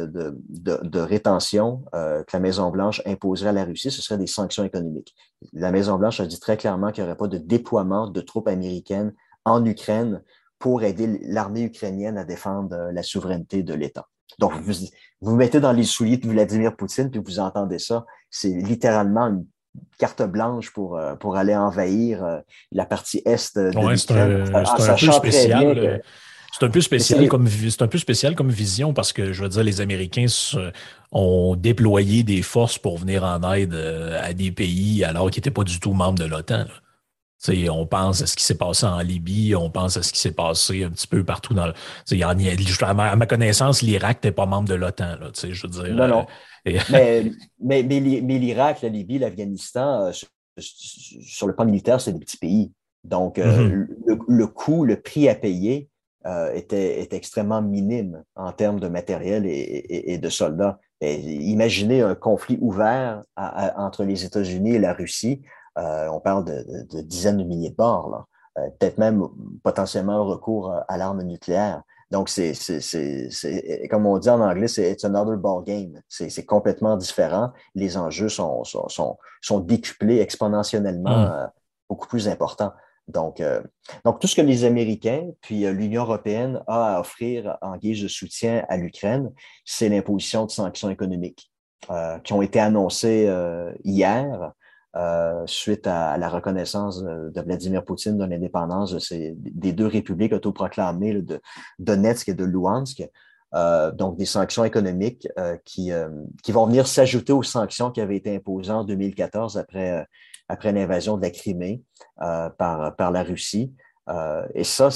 C: de rétention que la Maison-Blanche imposerait à la Russie, ce seraient des sanctions économiques. La Maison-Blanche a dit très clairement qu'il n'y aurait pas de déploiement de troupes américaines en Ukraine pour aider l'armée ukrainienne à défendre la souveraineté de l'État. Donc, vous mettez dans les souliers de Vladimir Poutine, puis vous entendez ça. C'est littéralement une carte blanche pour aller envahir la partie est de
B: Ouais,
C: l'Ukraine, en
B: c'est un peu
C: sachant très bien
B: spécial.
C: que
B: C'est un peu
C: mais c'est
B: spécial c'est un peu spécial comme vision parce que, je veux dire, les Américains ont déployé des forces pour venir en aide à des pays alors qu'ils n'étaient pas du tout membres de l'OTAN. Là. Tu sais, on pense à ce qui s'est passé en Libye, on pense à ce qui s'est passé un petit peu partout dans le. Tu sais, à ma connaissance, l'Irak n'était pas membre de l'OTAN. Là, tu sais, je veux dire.
C: non, non.
B: Et-
C: Mais l'Irak, la Libye, l'Afghanistan, sur le plan militaire, c'est des petits pays. Donc,
B: Mhm.
C: le coût, le prix à payer était extrêmement minime en termes de matériel et de soldats. Et imaginez un conflit ouvert entre les États-Unis et la Russie. On parle de dizaines de milliers de morts, là. Peut-être même potentiellement un recours à l'arme nucléaire. Donc, comme on dit en anglais, c'est it's another ball game. C'est complètement différent. Les enjeux sont décuplés exponentiellement,
B: Mhm.
C: beaucoup plus importants. Donc, donc, tout ce que les Américains puis l'Union européenne a à offrir en guise de soutien à l'Ukraine, c'est l'imposition de sanctions économiques qui ont été annoncées hier. suite à la reconnaissance de Vladimir Poutine de l'indépendance des deux républiques autoproclamées là, de Donetsk et de Louhansk. Donc, des sanctions économiques qui vont venir s'ajouter aux sanctions qui avaient été imposées en 2014 après l'invasion de la Crimée par la Russie. Et ça,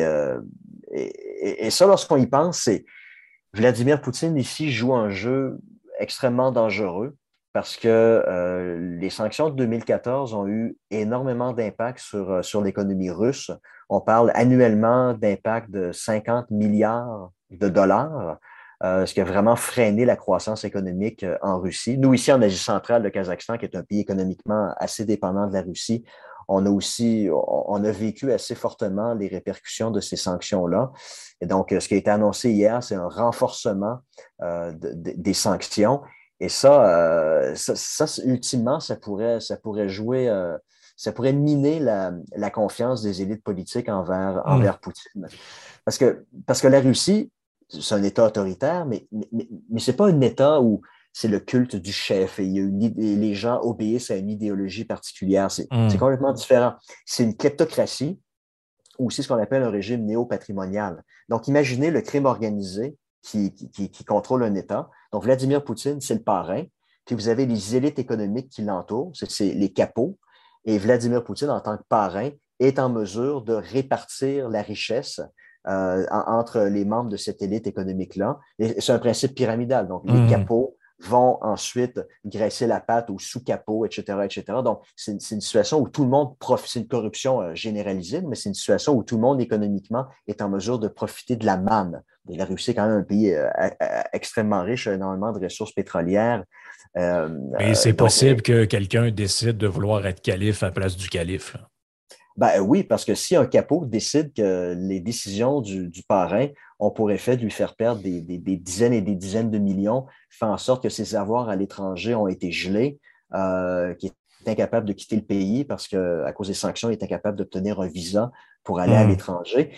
C: et ça, lorsqu'on y pense, c'est Vladimir Poutine ici joue un jeu extrêmement dangereux parce que les sanctions de 2014 ont eu énormément d'impact sur l'économie russe. On parle annuellement d'impact de 50 milliards de dollars, ce qui a vraiment freiné la croissance économique en Russie. Nous, ici en Asie centrale, le Kazakhstan, qui est un pays économiquement assez dépendant de la Russie, on a vécu assez fortement les répercussions de ces sanctions-là. Et donc, ce qui a été annoncé hier, c'est un renforcement des sanctions. Et ça, ultimement, ça pourrait jouer, ça pourrait miner la confiance des élites politiques envers Poutine. Parce que la Russie, c'est un État autoritaire, mais c'est pas un État où c'est le culte du chef et les gens obéissent à une idéologie particulière. C'est complètement différent. C'est une kleptocratie ou aussi ce qu'on appelle un régime néo-patrimonial. Donc, imaginez le crime organisé qui contrôle un État. Donc, Vladimir Poutine, c'est le parrain. Puis vous avez les élites économiques qui l'entourent, c'est les capots. Et Vladimir Poutine, en tant que parrain, est en mesure de répartir la richesse entre les membres de cette élite économique-là. Et c'est un principe pyramidal. Donc, les capots vont ensuite graisser la patte aux sous-capots, etc., etc. Donc, c'est une situation où tout le monde profite. C'est une corruption généralisée, mais c'est une situation où tout le monde économiquement est en mesure de profiter de la manne. Et la Russie est quand même un pays extrêmement riche, énormément de ressources pétrolières.
B: Mais c'est possible que quelqu'un décide de vouloir être calife à la place du calife.
C: Ben oui, parce que si un capot décide que les décisions du parrain ont pour effet de lui faire perdre des dizaines et des dizaines de millions, fait en sorte que ses avoirs à l'étranger ont été gelés, qu'il est incapable de quitter le pays parce qu'à cause des sanctions, il est incapable d'obtenir un visa pour aller à l'étranger.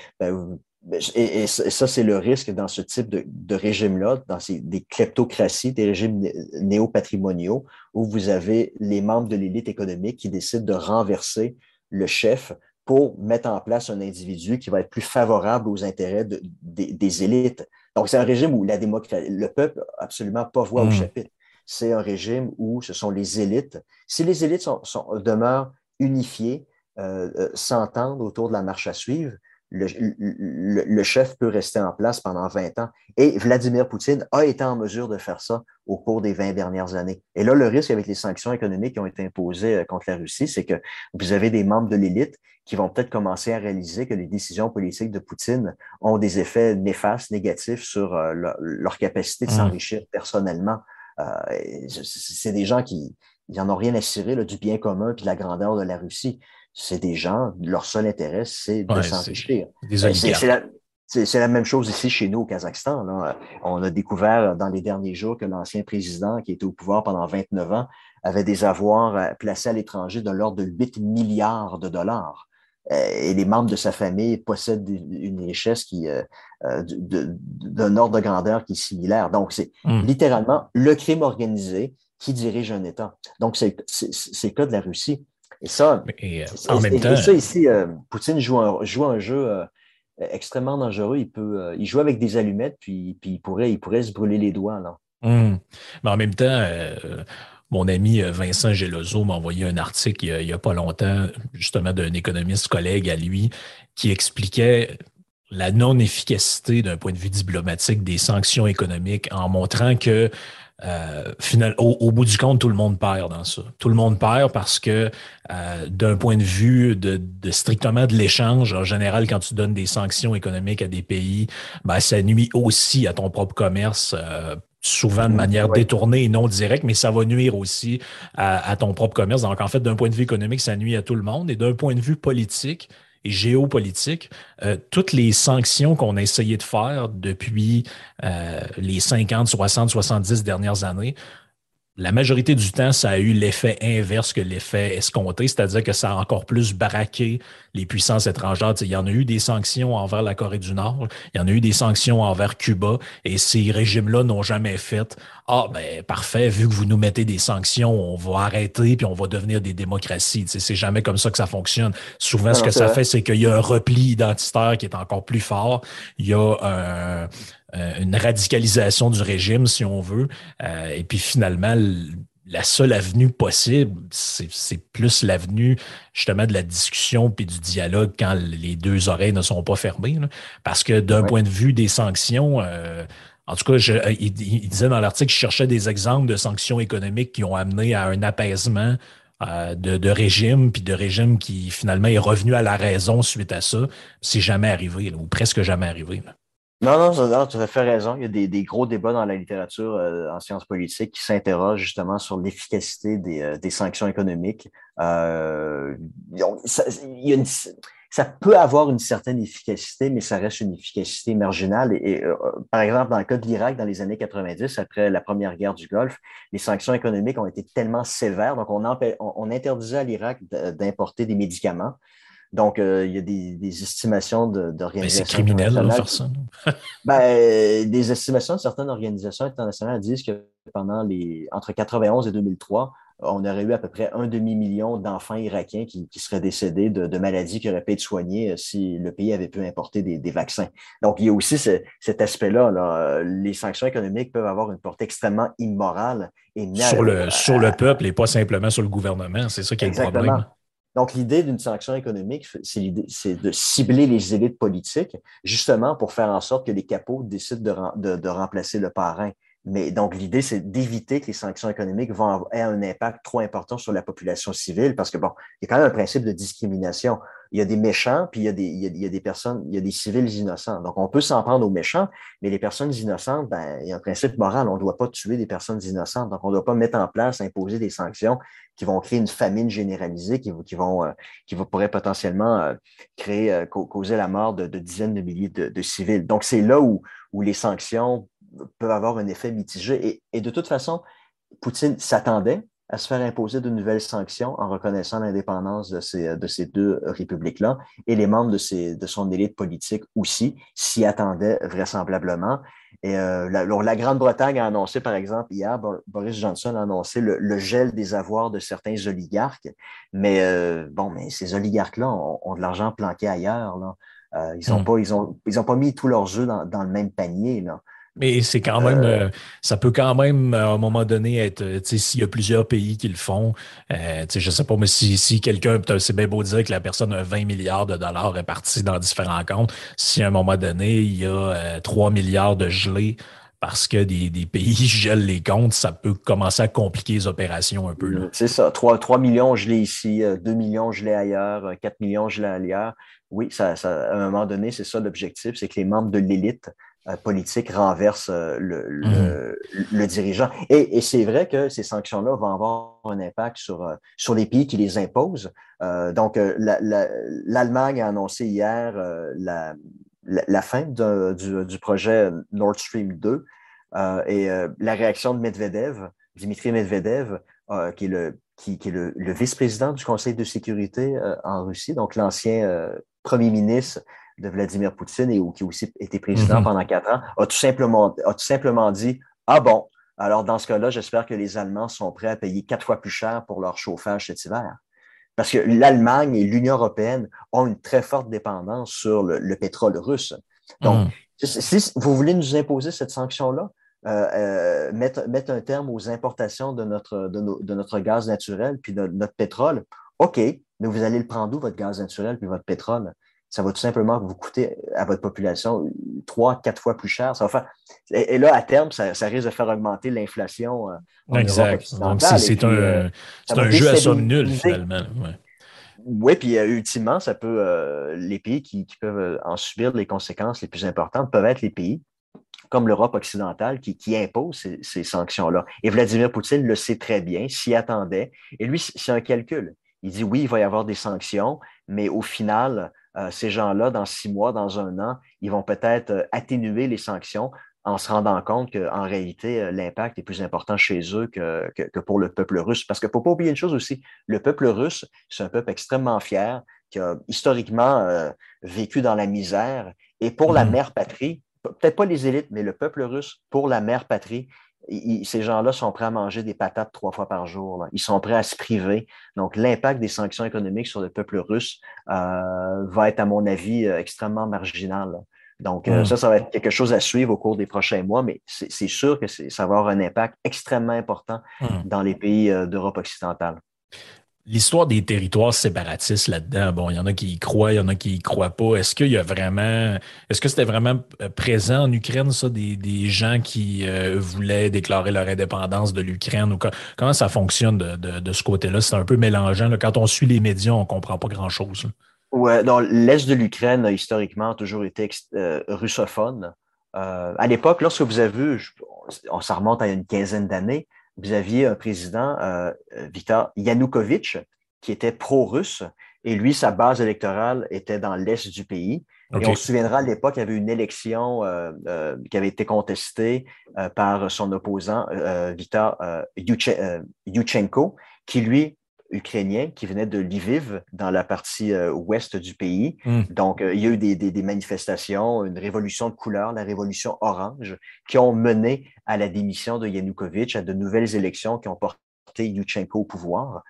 C: Et ça, c'est le risque dans ce type de régime-là, des kleptocraties, des régimes néo-patrimoniaux, où vous avez les membres de l'élite économique qui décident de renverser le chef pour mettre en place un individu qui va être plus favorable aux intérêts des élites. Donc, c'est un régime où le peuple n'a absolument pas voix au chapitre. C'est un régime où ce sont les élites. Si les élites demeurent unifiées, s'entendent autour de la marche à suivre, le chef peut rester en place pendant 20 ans. Et Vladimir Poutine a été en mesure de faire ça au cours des 20 dernières années. Et là, le risque avec les sanctions économiques qui ont été imposées contre la Russie, c'est que vous avez des membres de l'élite qui vont peut-être commencer à réaliser que les décisions politiques de Poutine ont des effets néfastes, négatifs sur leur capacité de s'enrichir personnellement. C'est des gens qui n'en ont rien à cirer là, du bien commun et de la grandeur de la Russie. C'est des gens, leur seul intérêt, c'est de s'enrichir. C'est la même chose ici chez nous au Kazakhstan. Là. On a découvert dans les derniers jours que l'ancien président, qui était au pouvoir pendant 29 ans, avait des avoirs placés à l'étranger de l'ordre de 8 milliards de dollars. Et les membres de sa famille possèdent une richesse d'un ordre de grandeur qui est similaire. Donc, c'est littéralement le crime organisé qui dirige un État. Donc, c'est le cas de la Russie. Et ça,
B: en même temps,
C: ça ici, Poutine joue un jeu extrêmement dangereux. Il joue avec des allumettes, puis il pourrait se brûler les doigts. Là.
B: Mais en même temps, mon ami Vincent Gelozo m'a envoyé un article il y a pas longtemps, justement, d'un économiste collègue à lui, qui expliquait la non-efficacité d'un point de vue diplomatique des sanctions économiques en montrant que au bout du compte, tout le monde perd dans ça. Tout le monde perd parce que d'un point de vue de strictement de l'échange, en général, quand tu donnes des sanctions économiques à des pays, ben, ça nuit aussi à ton propre commerce, souvent de manière détournée et non directe, mais ça va nuire aussi à ton propre commerce. Donc, en fait, d'un point de vue économique, ça nuit à tout le monde. Et d'un point de vue politique et géopolitique, toutes les sanctions qu'on a essayé de faire depuis les 50, 60, 70 dernières années la majorité du temps, ça a eu l'effet inverse que l'effet escompté, c'est-à-dire que ça a encore plus baraqué les puissances étrangères. Il y en a eu des sanctions envers la Corée du Nord, il y en a eu des sanctions envers Cuba, et ces régimes-là n'ont jamais fait Ah, ben parfait, vu que vous nous mettez des sanctions, on va arrêter puis on va devenir des démocraties. C'est jamais comme ça que ça fonctionne. Souvent,
C: Non,
B: ce
C: non,
B: que
C: c'est
B: ça
C: vrai.
B: fait, c'est qu'il y a un repli identitaire qui est encore plus fort. Il y a une radicalisation du régime, si on veut. Et puis finalement, la seule avenue possible, c'est plus l'avenue justement de la discussion puis du dialogue quand les deux oreilles ne sont pas fermées. Là. Parce que d'un
C: Oui.
B: point de vue des sanctions, en tout cas, il disait dans l'article, je cherchais des exemples de sanctions économiques qui ont amené à un apaisement de régime, puis de régime qui finalement est revenu à la raison suite à ça. C'est jamais arrivé, là, ou presque jamais arrivé. Là.
C: Non, non, non, tu as fait raison. Il y a des gros débats dans la littérature en sciences politiques qui s'interrogent justement sur l'efficacité des sanctions économiques. Donc, il y a ça peut avoir une certaine efficacité, mais ça reste une efficacité marginale. Par exemple, dans le cas de l'Irak, dans les années 90, après la première guerre du Golfe, les sanctions économiques ont été tellement sévères, donc on interdisait à l'Irak d'importer des médicaments. Donc, il y a des estimations
B: Ben, c'est
C: d'organisations
B: criminel, là,
C: internationales
B: faire ça.
C: ben, des estimations de certaines organisations internationales disent que entre 91 et 2003, on aurait eu à peu près un demi-million d'enfants irakiens qui seraient décédés de maladies qui auraient pu être soignées si le pays avait pu importer des vaccins. Donc, il y a aussi cet aspect-là, là. Les sanctions économiques peuvent avoir une portée extrêmement immorale et
B: Sur le peuple et pas simplement sur le gouvernement. C'est ça qui est le
C: exactement.
B: problème.
C: Donc, l'idée d'une sanction économique, c'est de cibler les élites politiques, justement pour faire en sorte que les capots décident de remplacer le parrain. Mais donc, l'idée, c'est d'éviter que les sanctions économiques aient un impact trop important sur la population civile, parce que, bon, il y a quand même un principe de discrimination. Il y a des méchants, puis il y a des personnes, il y a des civils innocents. Donc, on peut s'en prendre aux méchants, mais les personnes innocentes, ben, il y a un principe moral, on ne doit pas tuer des personnes innocentes. Donc, on ne doit pas mettre en place, imposer des sanctions qui vont créer une famine généralisée, qui pourrait potentiellement causer la mort de dizaines de milliers de civils. Donc, c'est là où les sanctions peuvent avoir un effet mitigé. Et de toute façon, Poutine s'attendait à se faire imposer de nouvelles sanctions en reconnaissant l'indépendance de ces deux républiques-là. Et les membres de son élite politique aussi s'y attendaient vraisemblablement. Et la Grande-Bretagne a annoncé, par exemple, hier, Boris Johnson a annoncé le gel des avoirs de certains oligarques. Mais bon, mais ces oligarques-là ont de l'argent planqué ailleurs, là.
B: Hum.
C: Ils ont pas mis tous leurs œufs dans le même panier, là.
B: Mais c'est quand même, ça peut quand même, à un moment donné, être, tu sais, s'il y a plusieurs pays qui le font, tu sais, je sais pas, mais si quelqu'un, c'est bien beau dire que la personne a 20 milliards de dollars répartis dans différents comptes, si à un moment donné, il y a 3 milliards de gelés parce que des pays gèlent les comptes, ça peut commencer à compliquer les opérations un peu, là.
C: C'est ça, 3 millions je l'ai ici, 2 millions je l'ai ailleurs, 4 millions je l'ai ailleurs. Oui, à un moment donné, c'est ça l'objectif, c'est que les membres de l'élite politique renversent
B: Mhm.
C: le dirigeant. Et c'est vrai que ces sanctions-là vont avoir un impact sur les pays qui les imposent. Donc, l'Allemagne a annoncé hier la fin du projet Nord Stream 2 la réaction de Medvedev, Dimitri Medvedev, qui est le vice-président du Conseil de sécurité en Russie, donc l'ancien premier ministre de Vladimir Poutine et qui a aussi été président
B: Mhm.
C: pendant 4 ans, a tout simplement dit Ah bon, alors dans ce cas-là, j'espère que les Allemands sont prêts à payer 4 fois plus cher pour leur chauffage cet hiver. Parce que l'Allemagne et l'Union européenne ont une très forte dépendance sur le pétrole russe. Donc,
B: Mhm.
C: si vous voulez nous imposer cette sanction-là, mettre un terme aux importations de notre gaz naturel puis de notre pétrole, OK, mais vous allez le prendre d'où, votre gaz naturel puis votre pétrole? Ça va tout simplement vous coûter à votre population 3, 4 fois plus cher. Et là, à terme, ça risque de faire augmenter l'inflation en Europe
B: Exact. Donc,
C: occidentale. Et puis, ça
B: c'est
C: va
B: un jeu à somme nulle,
C: déstabiliser.
B: finalement. Ouais.
C: Oui, puis ultimement, les pays qui peuvent en subir les conséquences les plus importantes peuvent être les pays comme l'Europe occidentale qui impose ces sanctions-là. Et Vladimir Poutine le sait très bien, s'y attendait. Et lui, c'est un calcul. Il dit oui, il va y avoir des sanctions, mais au final, ces gens-là, dans 6 mois, dans un an, ils vont peut-être atténuer les sanctions en se rendant compte qu'en réalité, l'impact est plus important chez eux que pour le peuple russe. Parce qu'il ne faut pas oublier une chose aussi, le peuple russe, c'est un peuple extrêmement fier, qui a historiquement vécu dans la misère, et pour la mère patrie, peut-être pas les élites, mais le peuple russe, pour la mère patrie, ces gens-là sont prêts à manger des patates 3 fois par jour, là. Ils sont prêts à se priver. Donc, l'impact des sanctions économiques sur le peuple russe va être, à mon avis, extrêmement marginal, là. Donc, ça va être quelque chose à suivre au cours des prochains mois, mais c'est sûr que ça va avoir un impact extrêmement important dans les pays d'Europe occidentale.
B: L'histoire des territoires séparatistes là-dedans, bon, il y en a qui y croient, il y en a qui y croient pas. Est-ce que c'était vraiment présent en Ukraine, ça, des gens qui voulaient déclarer leur indépendance de l'Ukraine ou comment ça fonctionne de ce côté-là? C'est un peu mélangeant, là. Quand on suit les médias, on comprend pas grand-chose, là.
C: Ouais, dans l'Est de l'Ukraine a historiquement toujours été russophone. À l'époque, lorsque vous avez vu, ça remonte à une quinzaine d'années, vous aviez un président, Viktor Yanukovych, qui était pro-russe, et lui, sa base électorale était dans l'Est du pays. Et
B: OK.
C: on se souviendra, à l'époque, il y avait une élection qui avait été contestée par son opposant, Viktor Yushchenko, qui, lui, ukrainien, qui venait de Lviv, dans la partie ouest du pays. Donc, il y a eu des manifestations, une révolution de couleur, la révolution orange, qui ont mené à la démission de Yanukovych, à de nouvelles élections qui ont porté Yushchenko au pouvoir.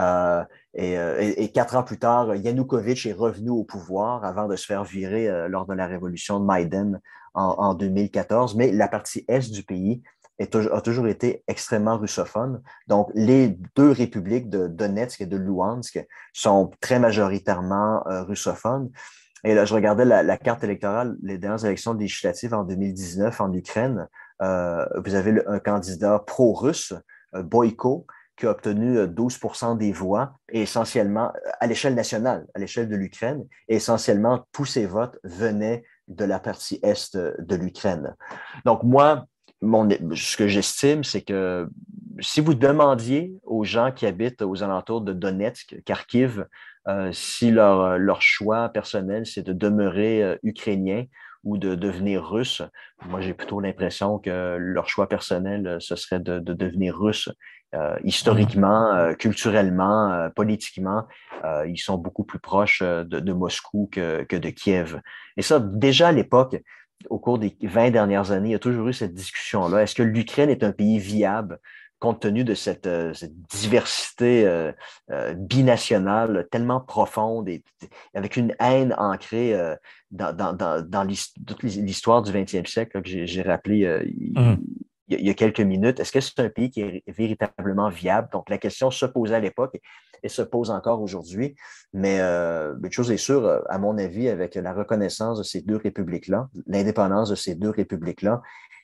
C: Et 4 ans plus tard, Yanukovych est revenu au pouvoir avant de se faire virer lors de la révolution de Maïdan en 2014. Mais la partie est du pays a toujours été extrêmement russophone. Donc, les deux républiques de Donetsk et de Louhansk sont très majoritairement russophones. Et là, je regardais la carte électorale, les dernières élections législatives en 2019 en Ukraine. Vous avez un candidat pro-russe, Boyko, qui a obtenu 12% des voix, et essentiellement, à l'échelle nationale, à l'échelle de l'Ukraine, et essentiellement, tous ces votes venaient de la partie est de l'Ukraine. Donc, moi, ce que j'estime, c'est que si vous demandiez aux gens qui habitent aux alentours de Donetsk, Kharkiv, si leur choix personnel, c'est de demeurer ukrainien ou de devenir russe, moi, j'ai plutôt l'impression que leur choix personnel, ce serait de devenir russe. Historiquement, culturellement, politiquement, ils sont beaucoup plus proches de Moscou que de Kiev. Et ça, déjà à l'époque, au cours des 20 dernières années, il y a toujours eu cette discussion-là. Est-ce que l'Ukraine est un pays viable compte tenu de cette diversité binationale tellement profonde et avec une haine ancrée dans toute l'histoire du 20e siècle là, que j'ai rappelé il y a quelques minutes. Est-ce que c'est un pays qui est véritablement viable? Donc, la question se posait à l'époque et se pose encore aujourd'hui. Mais une chose est sûre, à mon avis, avec la reconnaissance de ces deux républiques-là, l'indépendance de ces deux républiques-là,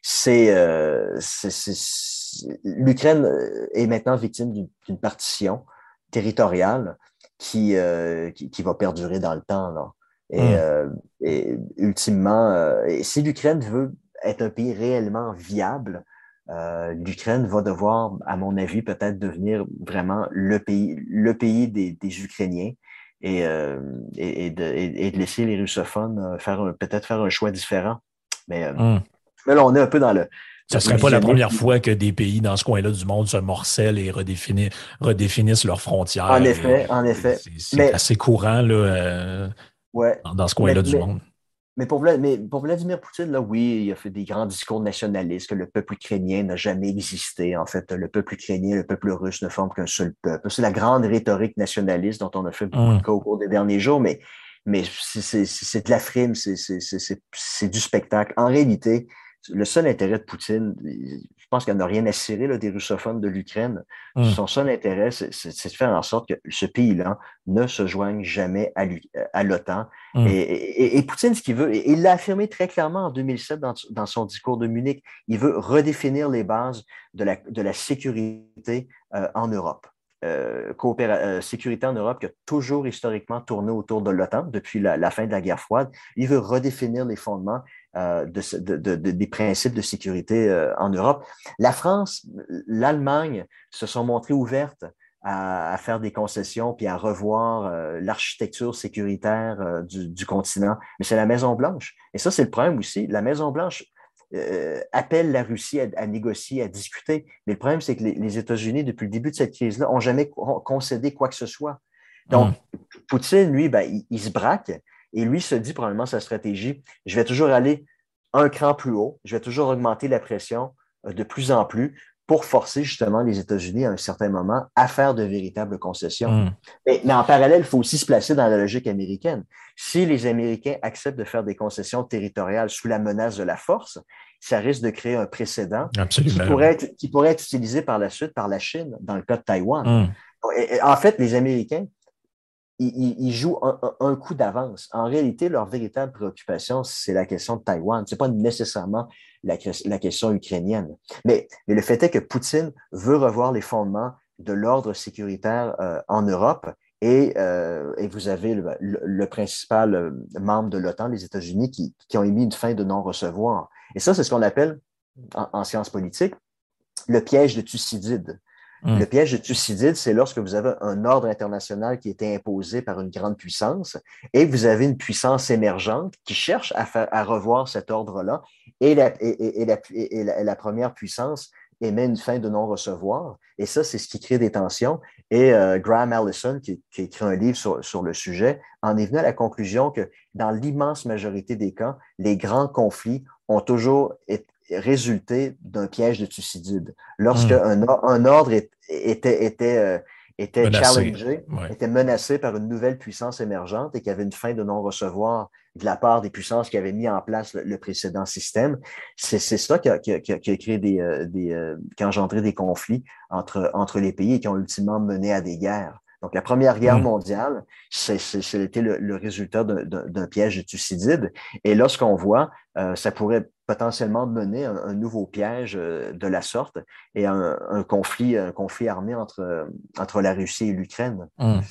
C: l'Ukraine est maintenant victime d'une partition territoriale qui va perdurer dans le temps, là. Et ultimement, si l'Ukraine veut être un pays réellement viable, l'Ukraine va devoir, à mon avis, peut-être devenir vraiment le pays des Ukrainiens et de laisser les russophones peut-être faire un choix différent. Mais là, on est un peu dans le
B: Ce ne serait pas la première fois que des pays dans ce coin-là du monde se morcellent et redéfinissent leurs frontières.
C: En effet, en effet.
B: C'est assez courant là,
C: ouais,
B: dans ce coin-là du monde.
C: Mais pour Vladimir Poutine, là, oui, il a fait des grands discours nationalistes que le peuple ukrainien n'a jamais existé. En fait, le peuple ukrainien, le peuple russe ne forment qu'un seul peuple. C'est la grande rhétorique nationaliste dont on a fait beaucoup de cas au cours des derniers jours, mais c'est de la frime, c'est du spectacle. En réalité, le seul intérêt de Poutine, je pense qu'il n'a rien à cirer là, des russophones de l'Ukraine. Son seul intérêt, c'est de faire en sorte que ce pays-là ne se joigne jamais à l'OTAN. Et Poutine, ce qu'il veut, et il l'a affirmé très clairement en 2007 dans son discours de Munich, il veut redéfinir les bases de la sécurité en Europe. Sécurité en Europe qui a toujours historiquement tourné autour de l'OTAN depuis la fin de la guerre froide. Il veut redéfinir les fondements des principes de sécurité en Europe. La France, l'Allemagne se sont montrées ouvertes à faire des concessions puis à revoir l'architecture sécuritaire du continent. Mais c'est la Maison-Blanche. Et ça, c'est le problème aussi. La Maison-Blanche appelle la Russie à négocier, à discuter. Mais le problème, c'est que les États-Unis, depuis le début de cette crise-là, n'ont jamais concédé quoi que ce soit. Donc, Poutine, lui, il se braque et lui se dit probablement sa stratégie, je vais toujours aller un cran plus haut, je vais toujours augmenter la pression de plus en plus pour forcer justement les États-Unis à un certain moment à faire de véritables concessions. Mais en parallèle, il faut aussi se placer dans la logique américaine. Si les Américains acceptent de faire des concessions territoriales sous la menace de la force, ça risque de créer un précédent qui pourrait être utilisé par la suite par la Chine dans le cas de Taïwan. En fait, les Américains, ils jouent un coup d'avance. En réalité, leur véritable préoccupation, c'est la question de Taïwan. Ce n'est pas nécessairement la question ukrainienne. Mais le fait est que Poutine veut revoir les fondements de l'ordre sécuritaire en Europe et vous avez le principal membre de l'OTAN, les États-Unis, qui ont émis une fin de non-recevoir. Et ça, c'est ce qu'on appelle, en sciences politiques, le piège de Thucydide. Le piège de Thucydide, c'est lorsque vous avez un ordre international qui a été imposé par une grande puissance et vous avez une puissance émergente qui cherche à revoir cet ordre-là et la première puissance émet une fin de non-recevoir. Et ça, c'est ce qui crée des tensions. Et Graham Allison, qui a écrit un livre sur le sujet, en est venu à la conclusion que dans l'immense majorité des cas, les grands conflits ont toujours résulté d'un piège de Thucydide. Lorsque un ordre était challengé, était menacé par une nouvelle puissance émergente et qu'il y avait une fin de non-recevoir de la part des puissances qui avaient mis en place le précédent système, c'est ça qui a créé qui a engendré des conflits entre les pays et qui ont ultimement mené à des guerres. Donc, la Première Guerre mondiale, c'était le résultat d'un piège de Thucydide. Et lorsqu'on voit, ça pourrait potentiellement mener un nouveau piège de la sorte et un conflit armé entre la Russie et l'Ukraine.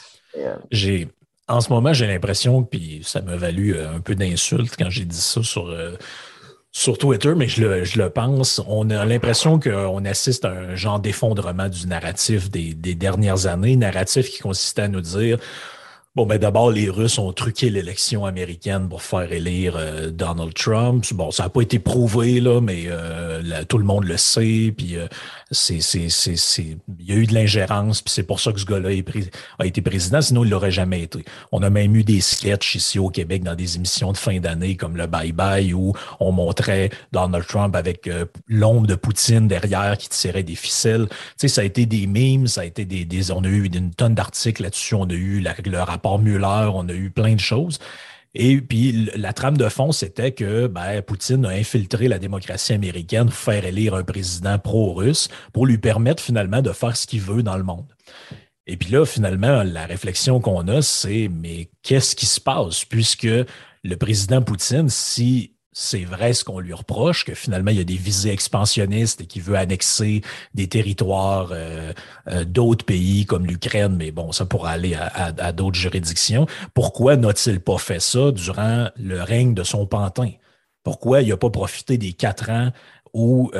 B: En ce moment, j'ai l'impression, puis ça m'a valu un peu d'insultes quand j'ai dit ça sur Twitter, mais je le pense, on a l'impression qu'on assiste à un genre d'effondrement du narratif des dernières années, narratif qui consistait à nous dire bon, ben d'abord, les Russes ont truqué l'élection américaine pour faire élire Donald Trump. Bon, ça n'a pas été prouvé, là, mais tout le monde le sait. Puis il y a eu de l'ingérence, puis c'est pour ça que ce gars-là a été président, sinon il l'aurait jamais été. On a même eu des sketchs ici au Québec dans des émissions de fin d'année comme le Bye Bye où on montrait Donald Trump avec l'ombre de Poutine derrière qui tirait des ficelles. Tu sais, ça a été des memes, ça a été on a eu une tonne d'articles là-dessus, on a eu le rapport Mueller, on a eu plein de choses. Et puis, la trame de fond, c'était que Poutine a infiltré la démocratie américaine pour faire élire un président pro-russe pour lui permettre finalement de faire ce qu'il veut dans le monde. Et puis là, finalement, la réflexion qu'on a, c'est mais qu'est-ce qui se passe? Puisque le président Poutine, si c'est vrai ce qu'on lui reproche, que finalement, il y a des visées expansionnistes et qu'il veut annexer des territoires d'autres pays comme l'Ukraine, mais bon, ça pourra aller à d'autres juridictions. Pourquoi n'a-t-il pas fait ça durant le règne de son pantin? Pourquoi il n'a pas profité des 4 ans où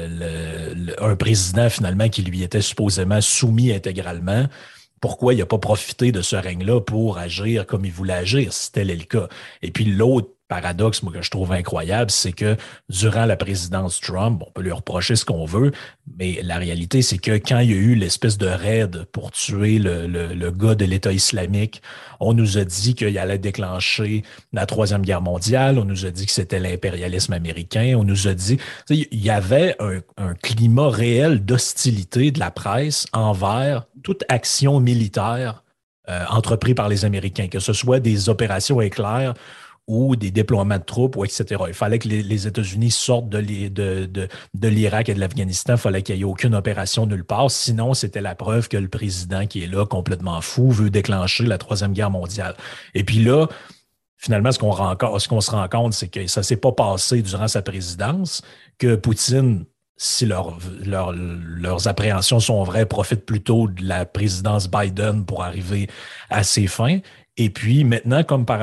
B: un président, finalement, qui lui était supposément soumis intégralement, pourquoi il n'a pas profité de ce règne-là pour agir comme il voulait agir, si tel est le cas? Et puis l'autre paradoxe, moi, que je trouve incroyable, c'est que durant la présidence Trump, on peut lui reprocher ce qu'on veut, mais la réalité, c'est que quand il y a eu l'espèce de raid pour tuer le gars de l'État islamique, on nous a dit qu'il allait déclencher la Troisième Guerre mondiale, on nous a dit que c'était l'impérialisme américain, on nous a dit... Il y avait un climat réel d'hostilité de la presse envers toute action militaire entreprise par les Américains, que ce soit des opérations éclairs ou des déploiements de troupes, ou etc. Il fallait que les États-Unis sortent de l'Irak et de l'Afghanistan. Il fallait qu'il n'y ait aucune opération nulle part. Sinon, c'était la preuve que le président qui est là, complètement fou, veut déclencher la Troisième Guerre mondiale. Et puis là, finalement, ce qu'on se rend compte, c'est que ça ne s'est pas passé durant sa présidence, que Poutine, si leurs appréhensions sont vraies, profite plutôt de la présidence Biden pour arriver à ses fins, Et puis maintenant,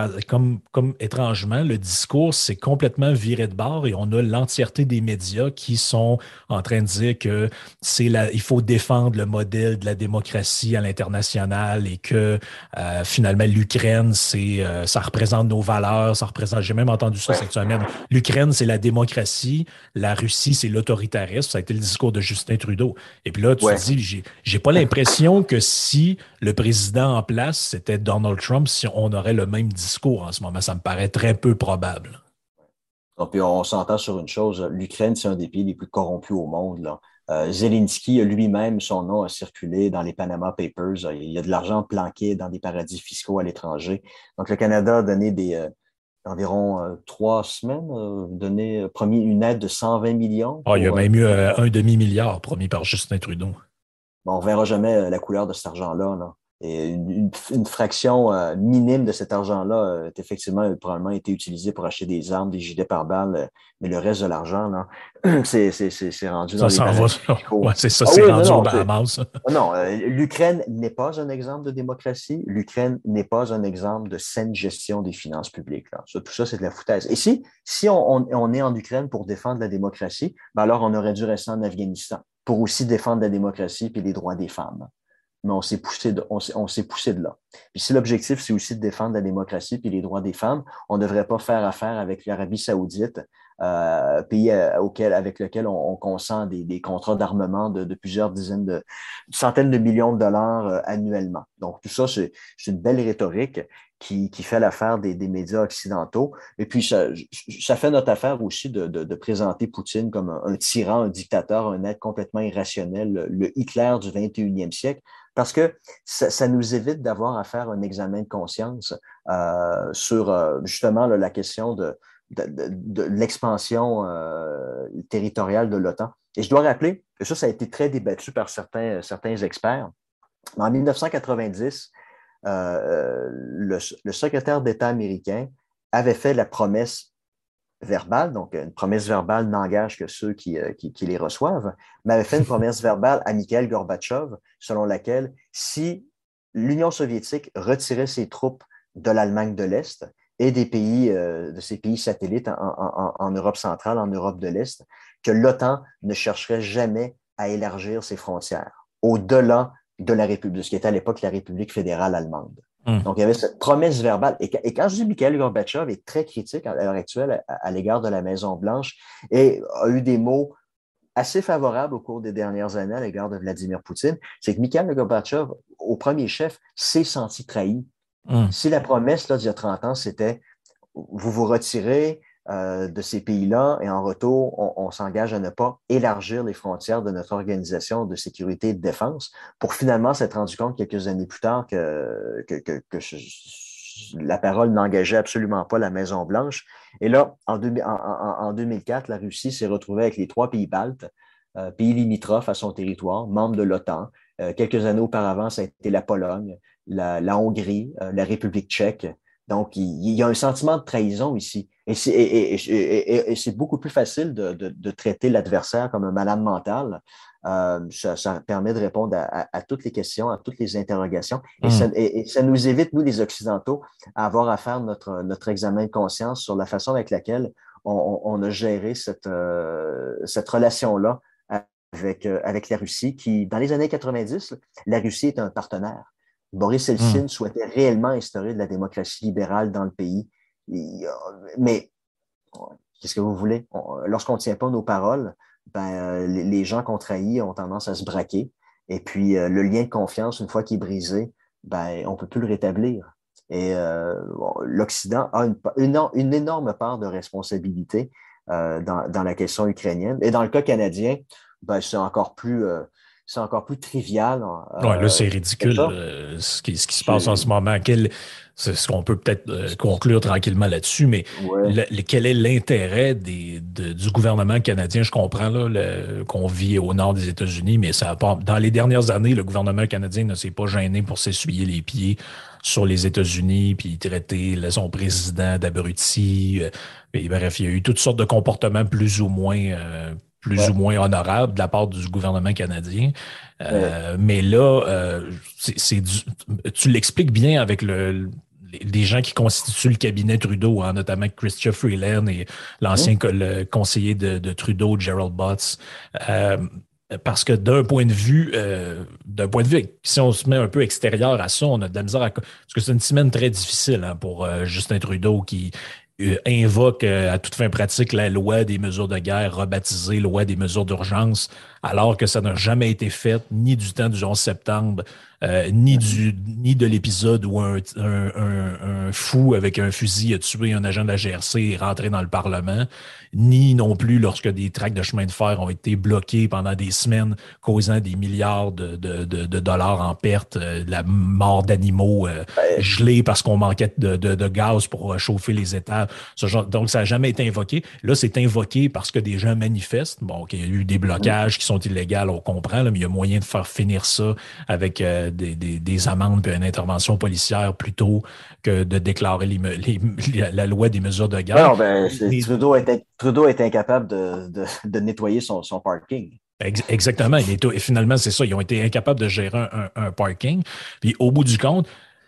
B: comme étrangement, le discours s'est complètement viré de bord et on a l'entièreté des médias qui sont en train de dire que il faut défendre le modèle de la démocratie à l'international et que finalement l'Ukraine, ça représente nos valeurs, j'ai même entendu ça cette semaine. L'Ukraine, c'est la démocratie, la Russie, c'est l'autoritarisme. Ça a été le discours de Justin Trudeau. Et puis là, tu te dis, j'ai pas l'impression que si le président en place, c'était Donald Trump, si on aurait le même discours en ce moment. Ça me paraît très peu probable.
C: Donc, puis on s'entend sur une chose, l'Ukraine, c'est un des pays les plus corrompus au monde, là. Zelensky lui-même, son nom a circulé dans les Panama Papers. Il y a de l'argent planqué dans des paradis fiscaux à l'étranger. Donc, le Canada a donné environ 3 semaines, promis une aide de 120 millions.
B: Il y a même eu un demi-milliard promis par Justin Trudeau.
C: Bon, on ne verra jamais la couleur de cet argent-là, là. Et une fraction minime de cet argent-là a effectivement probablement été utilisée pour acheter des armes, des gilets pare-balles, mais le reste de l'argent, là, c'est rendu dans les paradis fiscaux.
B: Ouais, c'est ça, c'est rendu aux Bahamas.
C: Non, l'Ukraine n'est pas un exemple de démocratie. L'Ukraine n'est pas un exemple de saine gestion des finances publiques, là. Tout ça, c'est de la foutaise. Et si on est en Ukraine pour défendre la démocratie, ben alors on aurait dû rester en Afghanistan pour aussi défendre la démocratie et les droits des femmes. Mais on s'est poussé de là. Puis si l'objectif, c'est aussi de défendre la démocratie puis les droits des femmes, on ne devrait pas faire affaire avec l'Arabie saoudite, pays avec lequel on consent des contrats d'armement de plusieurs centaines de millions de dollars annuellement. Donc, tout ça, c'est une belle rhétorique qui fait l'affaire des médias occidentaux. Et puis, ça fait notre affaire aussi de présenter Poutine comme un tyran, un dictateur, un être complètement irrationnel, le Hitler du 21e siècle, parce que ça nous évite d'avoir à faire un examen de conscience sur justement la question de l'expansion territoriale de l'OTAN. Et je dois rappeler que ça a été très débattu par certains experts. En 1990, le secrétaire d'État américain avait fait la promesse verbale, donc une promesse verbale n'engage que ceux qui les reçoivent, mais avait fait une promesse verbale à Mikhaïl Gorbatchev, selon laquelle si l'Union soviétique retirait ses troupes de l'Allemagne de l'Est et de ces pays satellites en Europe centrale, en Europe de l'Est, que l'OTAN ne chercherait jamais à élargir ses frontières au-delà de la République, de ce qui était à l'époque la République fédérale allemande. Donc, il y avait cette promesse verbale. Et quand je dis Mikhaïl Gorbatchev est très critique à l'heure actuelle à l'égard de la Maison-Blanche et a eu des mots assez favorables au cours des dernières années à l'égard de Vladimir Poutine, c'est que Mikhaïl Gorbatchev, au premier chef, s'est senti trahi. Si la promesse d'il y a 30 ans, c'était vous vous retirez de ces pays-là et en retour, on s'engage à ne pas élargir les frontières de notre organisation de sécurité et de défense pour finalement s'être rendu compte quelques années plus tard que la parole n'engageait absolument pas la Maison-Blanche. Et là, en 2004, la Russie s'est retrouvée avec les 3 pays baltes, pays limitrophes à son territoire, membres de l'OTAN. Quelques années auparavant, ça a été la Pologne, la Hongrie, la République tchèque. Donc, il y a un sentiment de trahison ici. Et c'est beaucoup plus facile de traiter l'adversaire comme un malade mental. Ça permet de répondre à toutes les questions, à toutes les interrogations. Et ça nous évite, nous, les Occidentaux, à avoir à faire notre examen de conscience sur la façon avec laquelle on a géré cette relation-là avec la Russie, qui, dans les années 90, la Russie est un partenaire. Boris Eltsine souhaitait réellement instaurer de la démocratie libérale dans le pays. Mais qu'est-ce que vous voulez? Lorsqu'on ne tient pas nos paroles, les gens qu'on trahit ont tendance à se braquer. Et puis, le lien de confiance, une fois qu'il est brisé, on ne peut plus le rétablir. Et l'Occident a une énorme part de responsabilité dans la question ukrainienne. Et dans le cas canadien, c'est encore plus trivial.
B: Là, c'est ridicule ce qui se passe en ce moment. C'est ce qu'on peut peut-être conclure tranquillement là-dessus, mais quel est l'intérêt du gouvernement canadien? Je comprends qu'on vit au nord des États-Unis, mais dans les dernières années, le gouvernement canadien ne s'est pas gêné pour s'essuyer les pieds sur les États-Unis, puis traiter son président d'abruti. Bref, il y a eu toutes sortes de comportements plus ou moins honorables de la part du gouvernement canadien. Mais là, tu l'expliques bien avec des gens qui constituent le cabinet Trudeau, hein, notamment Chrystia Freeland et l'ancien le conseiller de Trudeau, Gerald Butts. Parce que d'un point de vue, si on se met un peu extérieur à ça, on a de la misère parce que c'est une semaine très difficile, hein, pour Justin Trudeau qui invoque à toute fin pratique la loi des mesures de guerre, rebaptisée loi des mesures d'urgence, alors que ça n'a jamais été fait, ni du temps du 11 septembre, ni de l'épisode où un fou avec un fusil a tué un agent de la GRC et est rentré dans le Parlement, ni non plus lorsque des tracts de chemin de fer ont été bloqués pendant des semaines, causant des milliards de dollars en pertes, la mort d'animaux gelés parce qu'on manquait de gaz pour chauffer les étables. Donc, ça n'a jamais été invoqué. Là, c'est invoqué parce que des gens manifestent. Bon, qu'il y a eu des blocages qui sont illégaux, on comprend, là, mais il y a moyen de faire finir ça avec des amendes et une intervention policière plutôt que de déclarer la loi des mesures de guerre.
C: Non, Trudeau est incapable de nettoyer son parking.
B: Exactement. Et finalement, c'est ça. Ils ont été incapables de gérer un parking. Puis au bout du compte,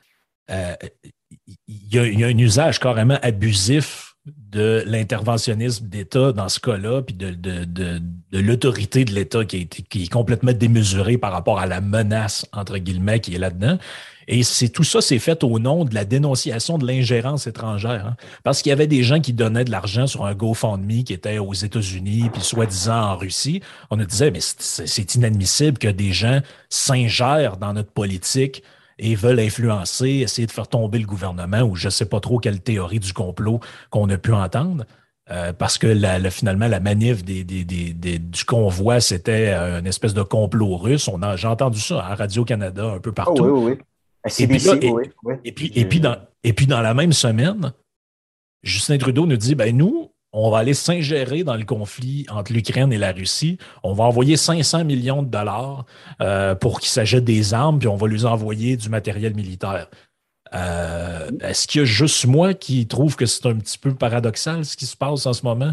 B: il y a un usage carrément abusif de l'interventionnisme d'État dans ce cas-là, puis de l'autorité de l'État qui est complètement démesurée par rapport à la menace, entre guillemets, qui est là-dedans. Et tout ça, c'est fait au nom de la dénonciation de l'ingérence étrangère. Hein. Parce qu'il y avait des gens qui donnaient de l'argent sur un GoFundMe qui était aux États-Unis, puis soi-disant en Russie. On nous disait, mais c'est inadmissible que des gens s'ingèrent dans notre politique et veulent influencer, essayer de faire tomber le gouvernement, ou je ne sais pas trop quelle théorie du complot qu'on a pu entendre. Parce que finalement, la manif du convoi, c'était une espèce de complot russe. J'ai entendu ça à Radio-Canada un peu partout.
C: Oh, oui. À CBC,
B: et puis dans la même semaine, Justin Trudeau nous dit, nous, on va aller s'ingérer dans le conflit entre l'Ukraine et la Russie. On va envoyer 500 millions de dollars pour qu'ils s'achètent des armes, puis on va lui envoyer du matériel militaire. Est-ce qu'il y a juste moi qui trouve que c'est un petit peu paradoxal ce qui se passe en ce moment?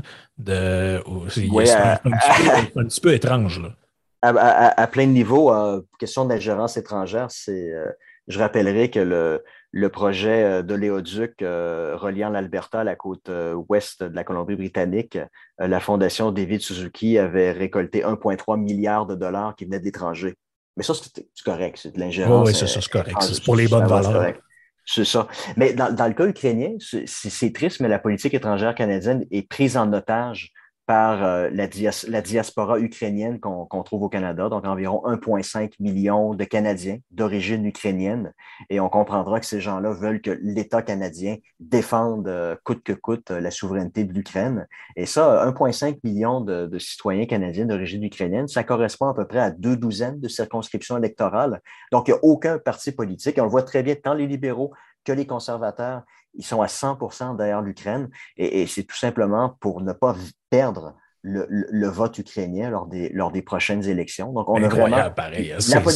B: C'est un petit peu étrange, là.
C: À plein de niveaux, question d'ingérence étrangère, je rappellerai que le projet d'oléoduc reliant l'Alberta à la côte ouest de la Colombie-Britannique, la fondation David Suzuki avait récolté 1,3 milliard de dollars qui venaient de l'étranger. Mais ça, c'est correct, c'est de l'ingérence.
B: Oui, c'est correct. C'est pour les bonnes valeurs.
C: C'est ça. Mais dans le cas ukrainien, c'est triste, mais la politique étrangère canadienne est prise en otage par la diaspora ukrainienne qu'on trouve au Canada, donc environ 1,5 million de Canadiens d'origine ukrainienne. Et on comprendra que ces gens-là veulent que l'État canadien défende coûte que coûte la souveraineté de l'Ukraine. Et ça, 1,5 million de citoyens canadiens d'origine ukrainienne, ça correspond à peu près à 2 douzaines de circonscriptions électorales. Donc, il n'y a aucun parti politique. Et on le voit très bien, tant les libéraux que les conservateurs, ils sont à 100% derrière l'Ukraine et c'est tout simplement pour ne pas perdre le vote ukrainien lors des prochaines élections. Donc, on a vraiment...
B: pareil.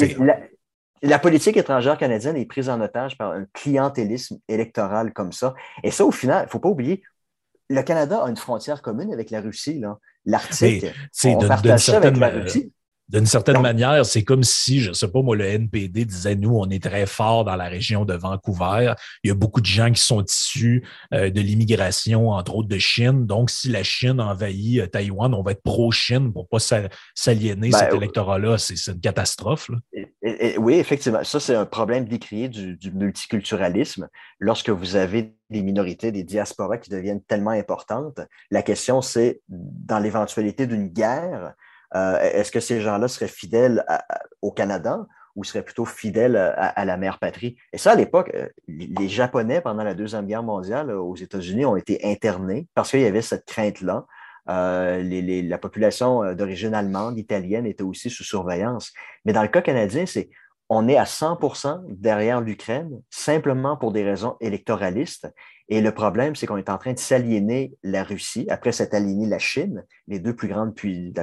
C: La politique étrangère canadienne est prise en otage par un clientélisme électoral comme ça. Et ça, au final, il ne faut pas oublier, le Canada a une frontière commune avec la Russie. L'Arctique, on partage ça avec la Russie.
B: D'une certaine manière, c'est comme si, je ne sais pas, moi, le NPD disait, nous, on est très fort dans la région de Vancouver. Il y a beaucoup de gens qui sont issus de l'immigration, entre autres de Chine. Donc, si la Chine envahit Taïwan, on va être pro-Chine pour ne pas s'aliéner cet électorat-là. C'est une catastrophe. Là.
C: Oui, effectivement. Ça, c'est un problème décrié du multiculturalisme. Lorsque vous avez des minorités, des diasporas qui deviennent tellement importantes, la question, c'est, dans l'éventualité d'une guerre, est-ce que ces gens-là seraient fidèles au Canada ou seraient plutôt fidèles à la mère patrie? Et ça, à l'époque, les Japonais, pendant la Deuxième Guerre mondiale, aux États-Unis, ont été internés parce qu'il y avait cette crainte-là. La population d'origine allemande, italienne était aussi sous surveillance. Mais dans le cas canadien, on est à 100% derrière l'Ukraine, simplement pour des raisons électoralistes. Et le problème, c'est qu'on est en train de s'aliéner la Russie, après s'être aliéné la Chine, les deux plus grandes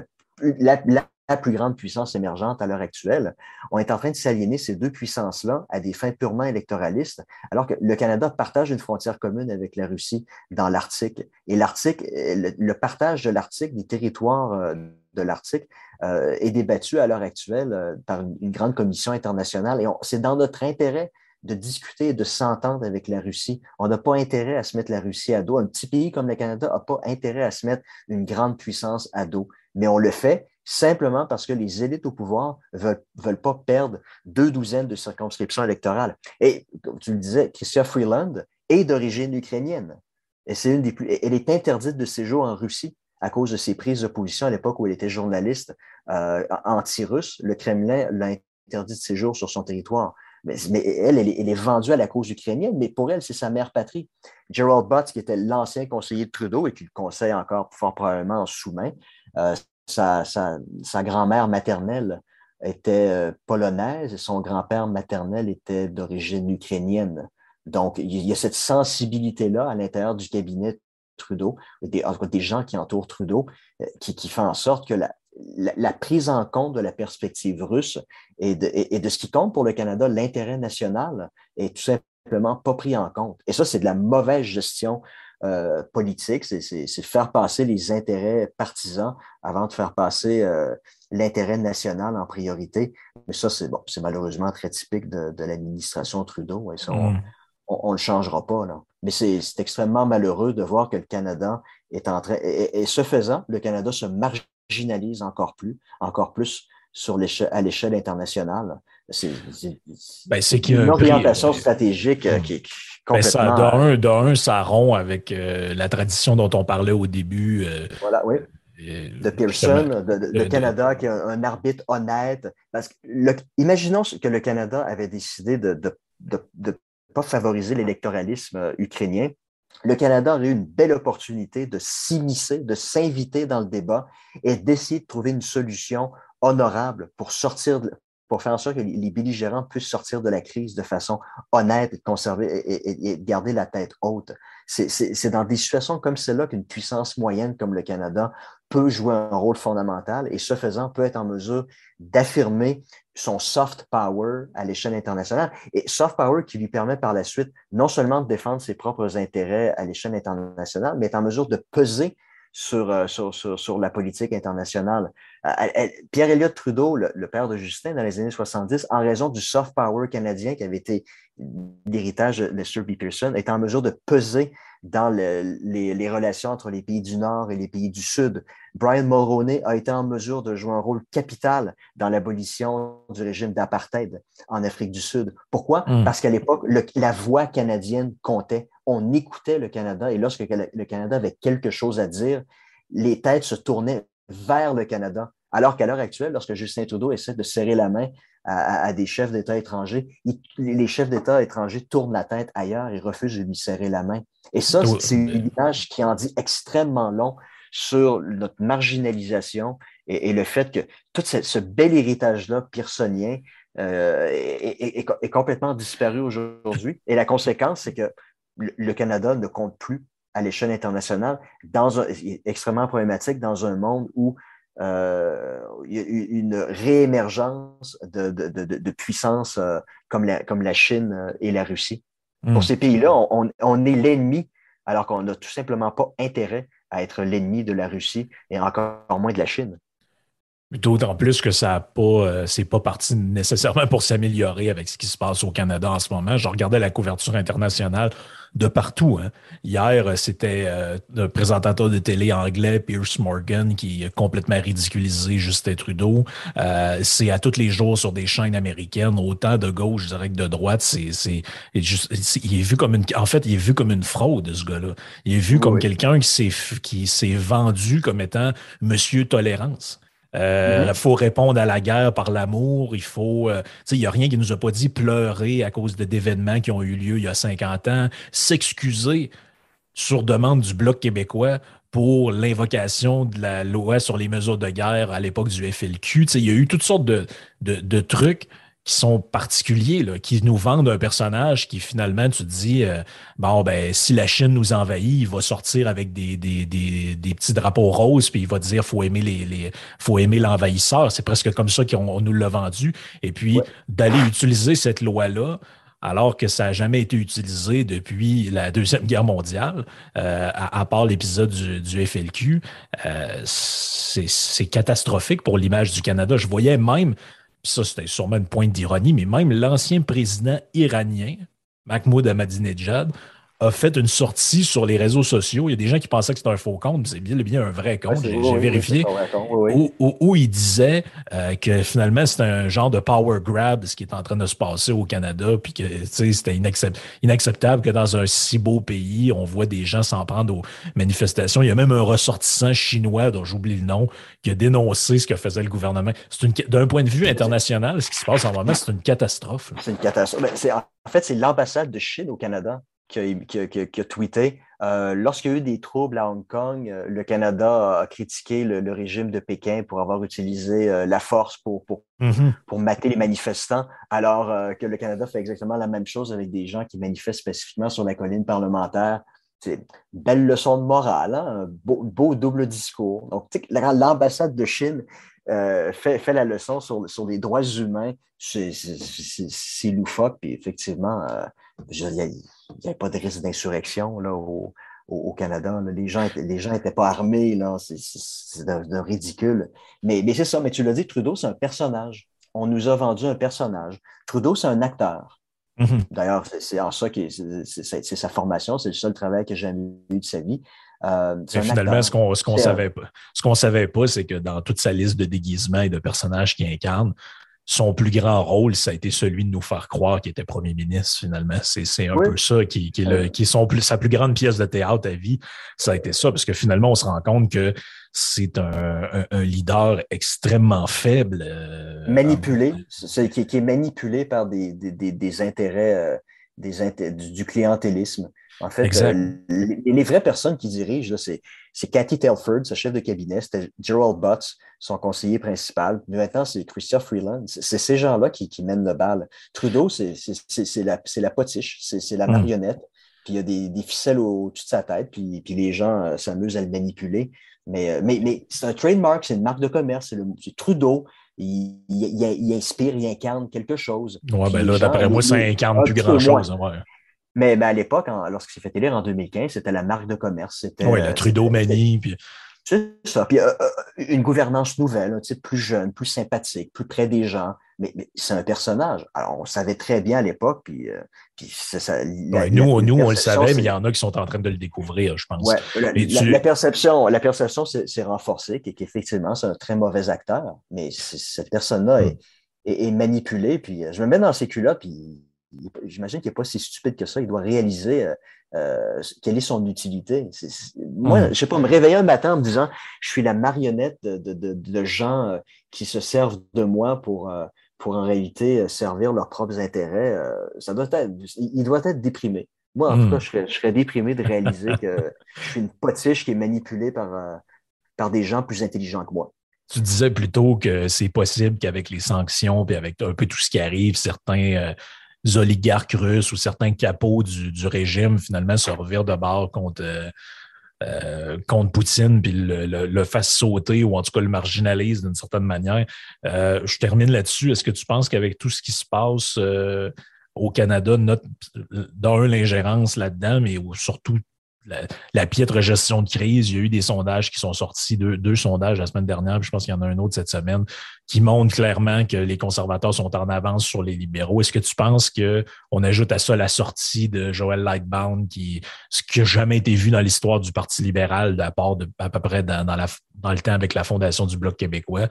C: la plus grande puissance émergente à l'heure actuelle. On est en train de s'aliéner ces deux puissances-là à des fins purement électoralistes, alors que le Canada partage une frontière commune avec la Russie dans l'Arctique. Et l'Arctique, le partage de l'Arctique, des territoires de l'Arctique, est débattu à l'heure actuelle par une grande commission internationale. Et c'est dans notre intérêt de discuter et de s'entendre avec la Russie. On n'a pas intérêt à se mettre la Russie à dos. Un petit pays comme le Canada n'a pas intérêt à se mettre une grande puissance à dos. Mais on le fait simplement parce que les élites au pouvoir veulent pas perdre 2 douzaines de circonscriptions électorales. Et comme tu le disais, Chrystia Freeland est d'origine ukrainienne. Et c'est elle est interdite de séjour en Russie à cause de ses prises de position à l'époque où elle était journaliste anti-russe. Le Kremlin l'a interdit de séjour sur son territoire. Mais elle est vendue à la cause ukrainienne, mais pour elle, c'est sa mère patrie. Gerald Butts, qui était l'ancien conseiller de Trudeau et qui le conseille encore fort probablement en sous-main, sa grand-mère maternelle était polonaise et son grand-père maternel était d'origine ukrainienne. Donc, il y a cette sensibilité-là à l'intérieur du cabinet Trudeau, des gens qui entourent Trudeau, qui fait en sorte que la prise en compte de la perspective russe et de ce qui compte pour le Canada, l'intérêt national, est tout simplement pas pris en compte. Et ça, c'est de la mauvaise gestion politique, c'est faire passer les intérêts partisans avant de faire passer l'intérêt national en priorité. Mais ça, c'est malheureusement très typique de l'administration Trudeau. Et ça, on ne le changera pas, là. Mais c'est extrêmement malheureux de voir que le Canada est en train, et ce faisant, le Canada se marginalise encore plus à l'échelle internationale. C'est une orientation stratégique qui est complètement...
B: d'un, ça rompt avec la tradition dont on parlait au début.
C: Voilà, oui. De Pearson, de Canada, qui est un arbitre honnête. Parce que imaginons que le Canada avait décidé de pas favoriser l'électoralisme ukrainien. Le Canada aurait eu une belle opportunité de s'immiscer, de s'inviter dans le débat et d'essayer de trouver une solution honorable pour faire en sorte que les belligérants puissent sortir de la crise de façon honnête et de conserver et de garder la tête haute. C'est dans des situations comme celle-là qu'une puissance moyenne comme le Canada peut jouer un rôle fondamental et ce faisant peut être en mesure d'affirmer son soft power à l'échelle internationale et soft power qui lui permet par la suite non seulement de défendre ses propres intérêts à l'échelle internationale, mais est en mesure de peser sur la politique internationale. Pierre Elliott Trudeau, le père de Justin, dans les années 70, en raison du soft power canadien qui avait été l'héritage de Lester B. Pearson, est en mesure de peser dans les relations entre les pays du Nord et les pays du Sud. Brian Mulroney a été en mesure de jouer un rôle capital dans l'abolition du régime d'apartheid en Afrique du Sud. Pourquoi? Parce qu'à l'époque, la voix canadienne comptait. On écoutait le Canada et lorsque le Canada avait quelque chose à dire, les têtes se tournaient vers le Canada. Alors qu'à l'heure actuelle, lorsque Justin Trudeau essaie de serrer la main à des chefs d'État étrangers, les chefs d'État étrangers tournent la tête ailleurs et refusent de lui serrer la main. Et ça, c'est une image qui en dit extrêmement long sur notre marginalisation et le fait que tout ce bel héritage-là pearsonien est complètement disparu aujourd'hui. Et la conséquence, c'est que le Canada ne compte plus à l'échelle internationale, extrêmement problématique dans un monde où il y a eu une réémergence de puissances comme la Chine et la Russie. Pour ces pays-là, on est l'ennemi, alors qu'on n'a tout simplement pas intérêt à être l'ennemi de la Russie et encore moins de la Chine.
B: D'autant plus que c'est pas parti nécessairement pour s'améliorer avec ce qui se passe au Canada en ce moment. Je regardais la couverture internationale de partout. Hein. Hier, c'était un présentateur de télé anglais, Piers Morgan, qui a complètement ridiculisé Justin Trudeau. C'est à tous les jours sur des chaînes américaines, autant de gauche, je dirais que de droite. Il est vu comme il est vu comme une fraude, ce gars-là. Il est vu comme quelqu'un qui s'est vendu comme étant Monsieur Tolérance. Faut répondre à la guerre par l'amour. Il n'y a rien qui nous a pas dit pleurer à cause d'événements qui ont eu lieu il y a 50 ans, s'excuser sur demande du Bloc québécois pour l'invocation de la loi sur les mesures de guerre à l'époque du FLQ. Il y a eu toutes sortes de trucs qui sont particuliers, là, qui nous vendent un personnage qui finalement, tu te dis, si la Chine nous envahit, il va sortir avec des petits drapeaux roses, puis il va dire faut aimer l'envahisseur. C'est presque comme ça qu'on nous l'a vendu. Et puis, d'aller utiliser cette loi-là, alors que ça n'a jamais été utilisé depuis la Deuxième Guerre mondiale, à part l'épisode du FLQ, c'est catastrophique pour l'image du Canada. Je voyais même ça c'était sûrement une pointe d'ironie, mais même l'ancien président iranien, Mahmoud Ahmadinejad, a fait une sortie sur les réseaux sociaux. Il y a des gens qui pensaient que c'était un faux compte, mais c'est bien un vrai
C: Ouais,
B: compte.
C: oui,
B: J'ai
C: oui, c'est
B: vérifié
C: ça, ouais, oui, oui.
B: où il disait que finalement c'était un genre de power grab ce qui est en train de se passer au Canada, puis que c'était inacceptable que dans un si beau pays, on voit des gens s'en prendre aux manifestations. Il y a même un ressortissant chinois dont j'oublie le nom qui a dénoncé ce que faisait le gouvernement. D'un point de vue international, ce qui se passe en ce moment, c'est une catastrophe.
C: C'est une catastrophe. En fait, c'est l'ambassade de Chine au Canada qui a tweeté. Lorsqu'il y a eu des troubles à Hong Kong, le Canada a critiqué le régime de Pékin pour avoir utilisé la force pour mater les manifestants, alors que le Canada fait exactement la même chose avec des gens qui manifestent spécifiquement sur la colline parlementaire. C'est une belle leçon de morale, hein? Un beau double discours. Donc, l'ambassade de Chine fait la leçon sur les droits humains. C'est loufoque, puis effectivement, il n'y a pas de risque d'insurrection là, au Canada. Là. Les gens n'étaient pas armés, là. C'est de ridicule. Mais c'est ça, mais tu l'as dit, Trudeau, c'est un personnage. On nous a vendu un personnage. Trudeau, c'est un acteur.
B: Mm-hmm.
C: D'ailleurs, c'est en ça que c'est sa formation, c'est le seul travail que j'ai jamais eu de sa vie.
B: Mais finalement, ce qu'on savait pas, c'est que dans toute sa liste de déguisements et de personnages qu'il incarne, son plus grand rôle, ça a été celui de nous faire croire qu'il était premier ministre, finalement. C'est un peu ça qui est sa plus grande pièce de théâtre à vie. Ça a été ça, parce que finalement, on se rend compte que c'est un leader extrêmement faible.
C: Manipulé, qui est manipulé par des intérêts, du clientélisme. En fait, les vraies personnes qui dirigent, là, c'est Cathy Telford, sa chef de cabinet, c'était Gerald Butts, son conseiller principal. Maintenant, c'est Chrystia Freeland. C'est ces gens-là qui mènent le bal. Trudeau, c'est la potiche, c'est la marionnette. Puis il y a des ficelles au-dessus de sa tête, puis les gens s'amusent à le manipuler. Mais c'est un trademark, c'est une marque de commerce. C'est Trudeau. Il inspire, il incarne quelque chose.
B: Ouais, ben là, d'après moi, ça incarne plus grand-chose. Ouais.
C: Mais à l'époque, lorsqu'il s'est fait élire en 2015, c'était la marque de commerce.
B: Oui, la Trudeau-manie.
C: C'est ça. Puis une gouvernance nouvelle, plus jeune, plus sympathique, plus près des gens. Mais c'est un personnage. Alors, on savait très bien à l'époque. Puis c'est ça.
B: Nous, on le savait, mais il y en a qui sont en train de le découvrir, je pense.
C: Ouais, la perception s'est renforcée, qu'effectivement, c'est un très mauvais acteur. Mais cette personne-là est manipulée. Puis je me mets dans ses culottes, puis j'imagine qu'il n'est pas si stupide que ça. Il doit réaliser quelle est son utilité. Moi, je ne sais pas, me réveiller un matin en me disant je suis la marionnette de gens qui se servent de moi pour en réalité servir leurs propres intérêts. Il doit être déprimé. Moi, en tout cas, je serais déprimé de réaliser que je suis une potiche qui est manipulée par des gens plus intelligents que moi.
B: Tu disais plutôt que c'est possible qu'avec les sanctions et avec un peu tout ce qui arrive, certains oligarques russes ou certains capots du régime finalement se revirent de bord contre Poutine puis le fasse sauter ou en tout cas le marginalise d'une certaine manière. Je termine là-dessus. Est-ce que tu penses qu'avec tout ce qui se passe au Canada, l'ingérence là-dedans, mais surtout la piètre gestion de crise, il y a eu des sondages qui sont sortis, deux sondages la semaine dernière, puis je pense qu'il y en a un autre cette semaine, qui montrent clairement que les conservateurs sont en avance sur les libéraux. Est-ce que tu penses qu'on ajoute à ça la sortie de Joël Lightbound, ce qui n'a jamais été vu dans l'histoire du Parti libéral, à part à peu près dans le temps avec la fondation du Bloc québécois?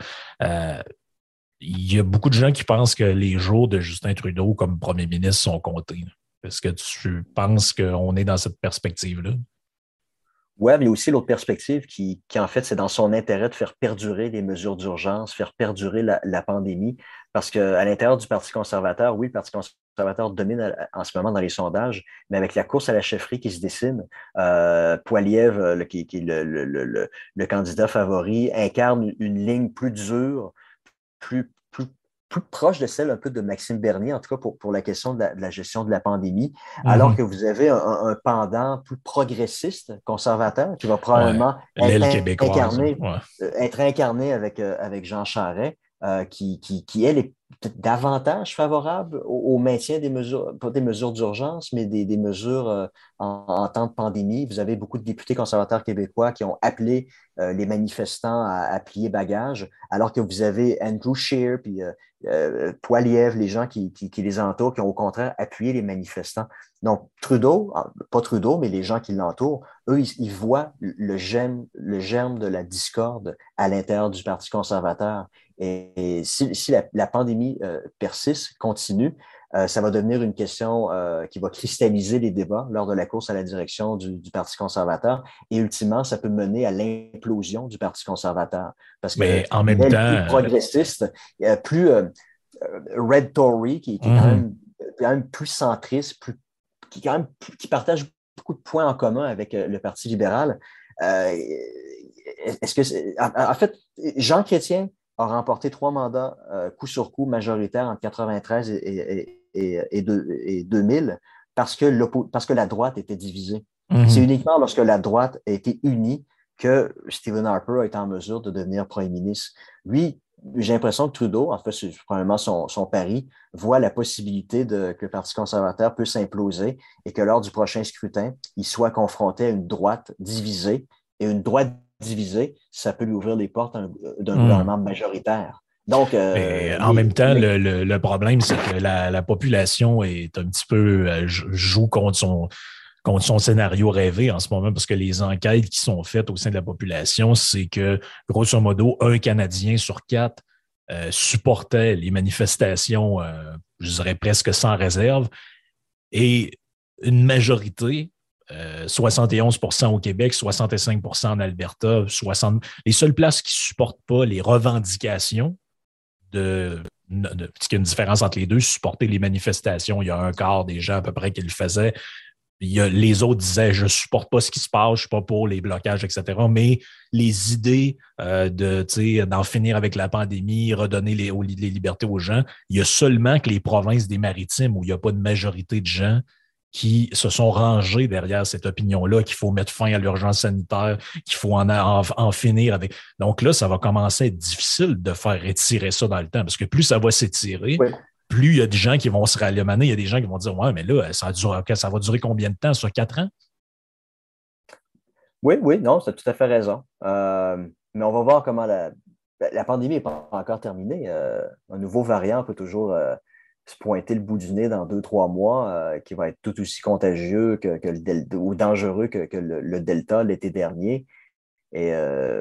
B: Il y a beaucoup de gens qui pensent que les jours de Justin Trudeau comme premier ministre sont comptés. Est-ce que tu penses qu'on est dans cette perspective-là?
C: Oui, mais il y a aussi l'autre perspective qui en fait, c'est dans son intérêt de faire perdurer les mesures d'urgence, faire perdurer la pandémie, parce qu'à l'intérieur du Parti conservateur, oui, le Parti conservateur domine en ce moment dans les sondages, mais avec la course à la chefferie qui se dessine, Poilievre, qui est le candidat favori, incarne une ligne plus dure, plus proche de celle un peu de Maxime Bernier, en tout cas pour la question de la gestion de la pandémie, alors que vous avez un pendant plus progressiste, conservateur, qui va probablement être incarné avec Jean Charest, qui elle, est peut-être davantage favorable au maintien des mesures, pas des mesures d'urgence, mais des mesures en temps de pandémie. Vous avez beaucoup de députés conservateurs québécois qui ont appelé les manifestants à plier bagages, alors que vous avez Andrew Scheer puis Poilievre, les gens qui les entourent, qui ont au contraire appuyé les manifestants. Donc, Trudeau, pas Trudeau, mais les gens qui l'entourent, eux, ils voient le germe de la discorde à l'intérieur du Parti conservateur. Et si la pandémie persiste, continue, ça va devenir une question qui va cristalliser les débats lors de la course à la direction du Parti conservateur. Et ultimement, ça peut mener à l'implosion du Parti conservateur. Parce que
B: Mais en même
C: l'aile
B: temps,
C: plus progressiste, plus Red Tory, qui est quand même plus centriste, qui partage beaucoup de points en commun avec le Parti libéral. En fait, Jean Chrétien a remporté 3 mandats coup sur coup majoritaires entre 1993 et 2000 parce que la droite était divisée. C'est uniquement lorsque la droite a été unie que Stephen Harper a été en mesure de devenir premier ministre. Lui, j'ai l'impression que Trudeau, en fait, c'est probablement son pari, voit la possibilité que le Parti conservateur peut s'imploser et que lors du prochain scrutin, il soit confronté à une droite divisée. Et une droite divisée, ça peut lui ouvrir les portes d'un gouvernement majoritaire. Donc,
B: en même temps, le problème, c'est que la population est un petit peu joue contre son scénario rêvé en ce moment, parce que les enquêtes qui sont faites au sein de la population, c'est que, grosso modo, 1 Canadien sur 4 supportait les manifestations, je dirais presque sans réserve, et une majorité, 71% au Québec, 65% en Alberta, les seules places qui ne supportent pas les revendications parce qu'il y a une différence entre les deux, supporter les manifestations, il y a un quart des gens à peu près qui le faisaient. Les autres disaient, je ne supporte pas ce qui se passe, je ne suis pas pour les blocages, etc. Mais les idées d'en finir avec la pandémie, redonner les libertés aux gens, il y a seulement que les provinces des Maritimes où il n'y a pas de majorité de gens qui se sont rangés derrière cette opinion-là, qu'il faut mettre fin à l'urgence sanitaire, qu'il faut en finir avec. Donc là, ça va commencer à être difficile de faire étirer ça dans le temps, parce que plus ça va s'étirer, plus il y a des gens qui vont se rallier. Il y a des gens qui vont dire, ouais, mais là, ça va durer combien de temps? Sur 4 ans?
C: Oui, non, tu as tout à fait raison. Mais on va voir comment la pandémie n'est pas encore terminée. Un nouveau variant peut toujours se pointer le bout du nez dans 2-3 mois, qui va être tout aussi contagieux que le Delta, ou dangereux que le Delta l'été dernier. Et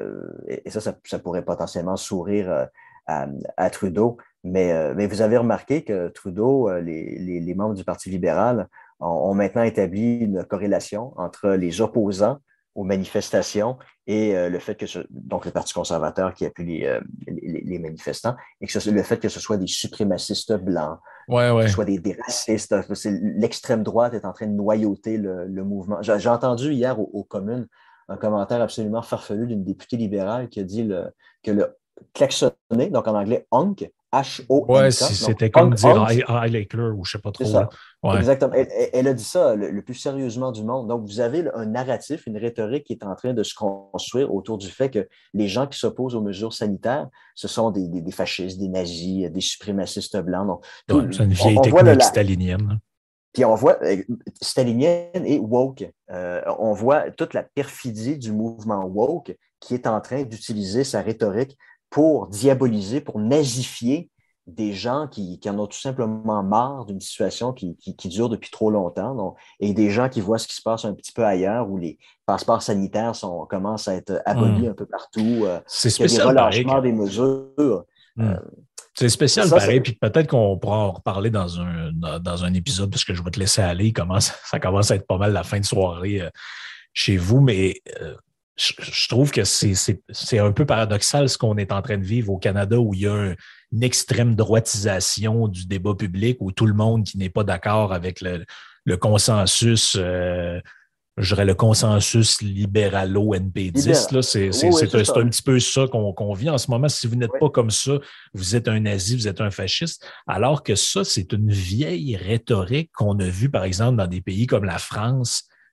C: ça pourrait potentiellement sourire à Trudeau. Mais vous avez remarqué que Trudeau, les membres du Parti libéral ont maintenant établi une corrélation entre les opposants aux manifestations et le fait que donc le Parti conservateur qui appuie les manifestants, et que le fait que ce soit des suprémacistes blancs, que ce soit des racistes. L'extrême droite est en train de noyauter le mouvement. J'ai entendu hier aux communes un commentaire absolument farfelu d'une députée libérale qui a dit que le klaxonner, donc en anglais honk, H-O-N-K.
B: Ouais, c'était comme dire Highlighter ou je ne sais pas trop.
C: C'est ça.
B: Ouais.
C: Exactement. Elle a dit ça le plus sérieusement du monde. Donc, vous avez un narratif, une rhétorique qui est en train de se construire autour du fait que les gens qui s'opposent aux mesures sanitaires, ce sont des fascistes, des nazis, des suprémacistes blancs. Donc,
B: c'est une vieille technique stalinienne.
C: Puis on voit stalinienne et woke. On voit toute la perfidie du mouvement woke qui est en train d'utiliser sa rhétorique pour diaboliser, pour nazifier des gens qui en ont tout simplement marre d'une situation qui dure depuis trop longtemps, donc, et des gens qui voient ce qui se passe un petit peu ailleurs, où les passeports sanitaires commencent à être abolis un peu partout.
B: C'est spécial,
C: il y a des relâchements des mesures.
B: C'est spécial, pareil, puis peut-être qu'on pourra en reparler dans un épisode, parce que je vais te laisser aller. Ça commence à être pas mal la fin de soirée chez vous, mais je trouve que c'est un peu paradoxal ce qu'on est en train de vivre au Canada, où il y a une extrême droitisation du débat public, où tout le monde qui n'est pas d'accord avec le consensus, je dirais le consensus libéralo-NPDiste, c'est un petit peu ça qu'on vit en ce moment. Si vous n'êtes pas comme ça, vous êtes un nazi, vous êtes un fasciste, alors que ça, c'est une vieille rhétorique qu'on a vue, par exemple, dans des pays comme la France,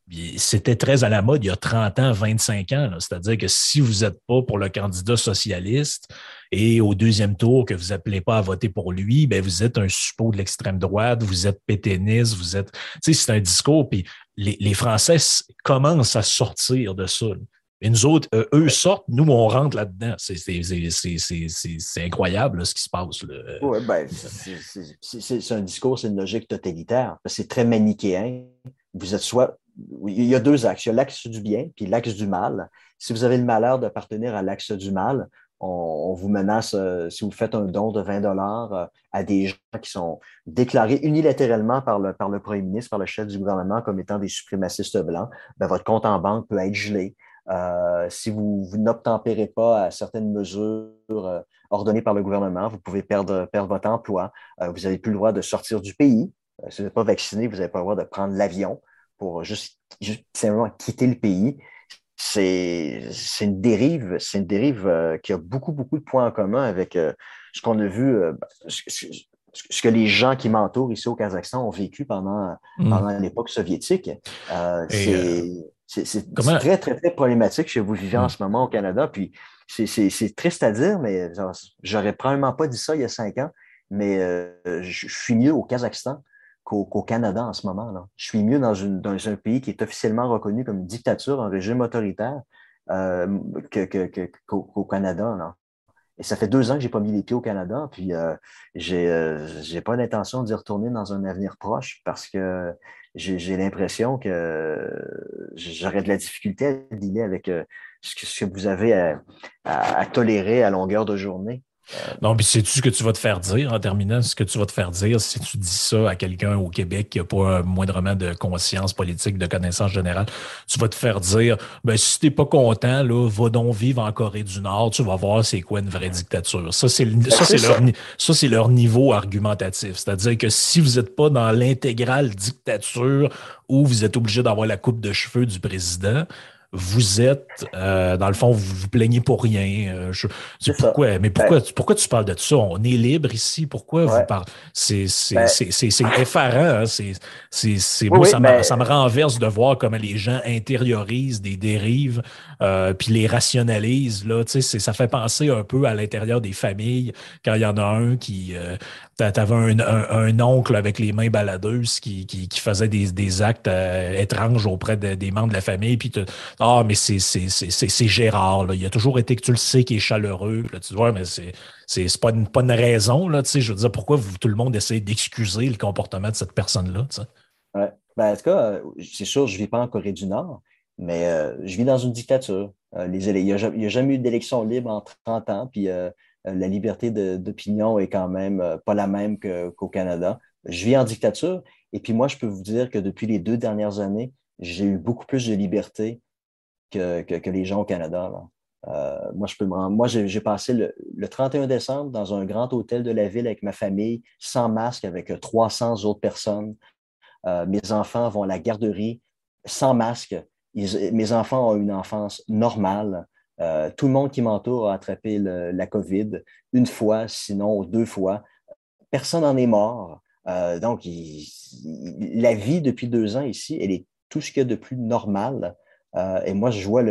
B: c'était très à la mode il y a 30 ans, 25 ans. C'est-à-dire que si vous n'êtes pas pour le candidat socialiste et au deuxième tour que vous appelez pas à voter pour lui, ben vous êtes un suppôt de l'extrême droite, vous êtes pétainiste, vous êtes... Tu sais, c'est un discours, puis les Français commencent à sortir de ça. Et nous autres, eux sortent, nous, on rentre là-dedans. C'est incroyable là, ce qui se passe.
C: Oui, ben, c'est un discours, c'est une logique totalitaire. C'est très manichéen. Vous êtes soit. Il y a deux axes. Il y a l'axe du bien puis l'axe du mal. Si vous avez le malheur d'appartenir à l'axe du mal, on vous menace, si vous faites un don de 20 $ à des gens qui sont déclarés unilatéralement par le premier ministre, par le chef du gouvernement comme étant des suprémacistes blancs, ben, votre compte en banque peut être gelé. Si vous n'obtempérez pas à certaines mesures ordonnées par le gouvernement, vous pouvez perdre votre emploi. Vous n'avez plus le droit de sortir du pays. Si vous n'êtes pas vacciné, vous n'avez pas le droit de prendre l'avion pour juste simplement quitter le pays. C'est une dérive qui a beaucoup, beaucoup de points en commun avec ce qu'on a vu, ce que les gens qui m'entourent ici au Kazakhstan ont vécu pendant l'époque soviétique. C'est très, très, très problématique que vous vivez en ce moment au Canada. Puis c'est triste à dire, mais j'aurais probablement pas dit ça il y a 5 ans, mais je suis mieux au Kazakhstan qu'au Canada en ce moment. Là. Je suis mieux dans un pays qui est officiellement reconnu comme une dictature, un régime autoritaire, qu'au Canada. Là. Et ça fait 2 ans que j'ai pas mis les pieds au Canada, puis j'ai pas l'intention d'y retourner dans un avenir proche parce que j'ai l'impression que j'aurais de la difficulté à dealer avec ce que vous avez à tolérer à longueur de journée.
B: Non, puis sais-tu ce que tu vas te faire dire en terminant? Ce que tu vas te faire dire si tu dis ça à quelqu'un au Québec qui n'a pas moindrement de conscience politique, de connaissance générale, tu vas te faire dire, ben si t'es pas content, là, va donc vivre en Corée du Nord, tu vas voir c'est quoi une vraie dictature. Ça, c'est leur niveau argumentatif. C'est-à-dire que si vous n'êtes pas dans l'intégrale dictature où vous êtes obligé d'avoir la coupe de cheveux du président, vous êtes, dans le fond, vous vous plaignez pour rien. Pourquoi tu parles de ça? On est libre ici. Pourquoi vous parlez? C'est effarant. Hein? Ça me renverse de voir comment les gens intériorisent des dérives puis les rationalisent. Là, ça fait penser un peu à l'intérieur des familles quand il y en a un qui... T'avais un oncle avec les mains baladeuses qui faisait des actes étranges auprès des membres de la famille. Puis mais c'est Gérard. Là. Il a toujours été que tu le sais qu'il est chaleureux. Là, tu vois, mais c'est pas une raison. Là, je veux dire, pourquoi tout le monde essaie d'excuser le comportement de cette personne-là?
C: Ouais. Ben, en tout cas, c'est sûr, je ne vis pas en Corée du Nord, mais je vis dans une dictature. Il n'y a jamais eu d'élection libre en 30 ans, puis la liberté d'opinion est quand même pas la même qu'au Canada. Je vis en dictature, et puis moi, je peux vous dire que depuis les 2 dernières années, j'ai eu beaucoup plus de liberté que les gens au Canada. Là. Moi, j'ai passé le 31 décembre dans un grand hôtel de la ville avec ma famille, sans masque, avec 300 autres personnes. Mes enfants vont à la garderie sans masque. Mes enfants ont une enfance normale. Tout le monde qui m'entoure a attrapé la COVID une fois, sinon 2 fois. Personne n'en est mort. Donc, la vie depuis 2 ans ici, elle est tout ce qu'il y a de plus normal. Et moi, je vois là,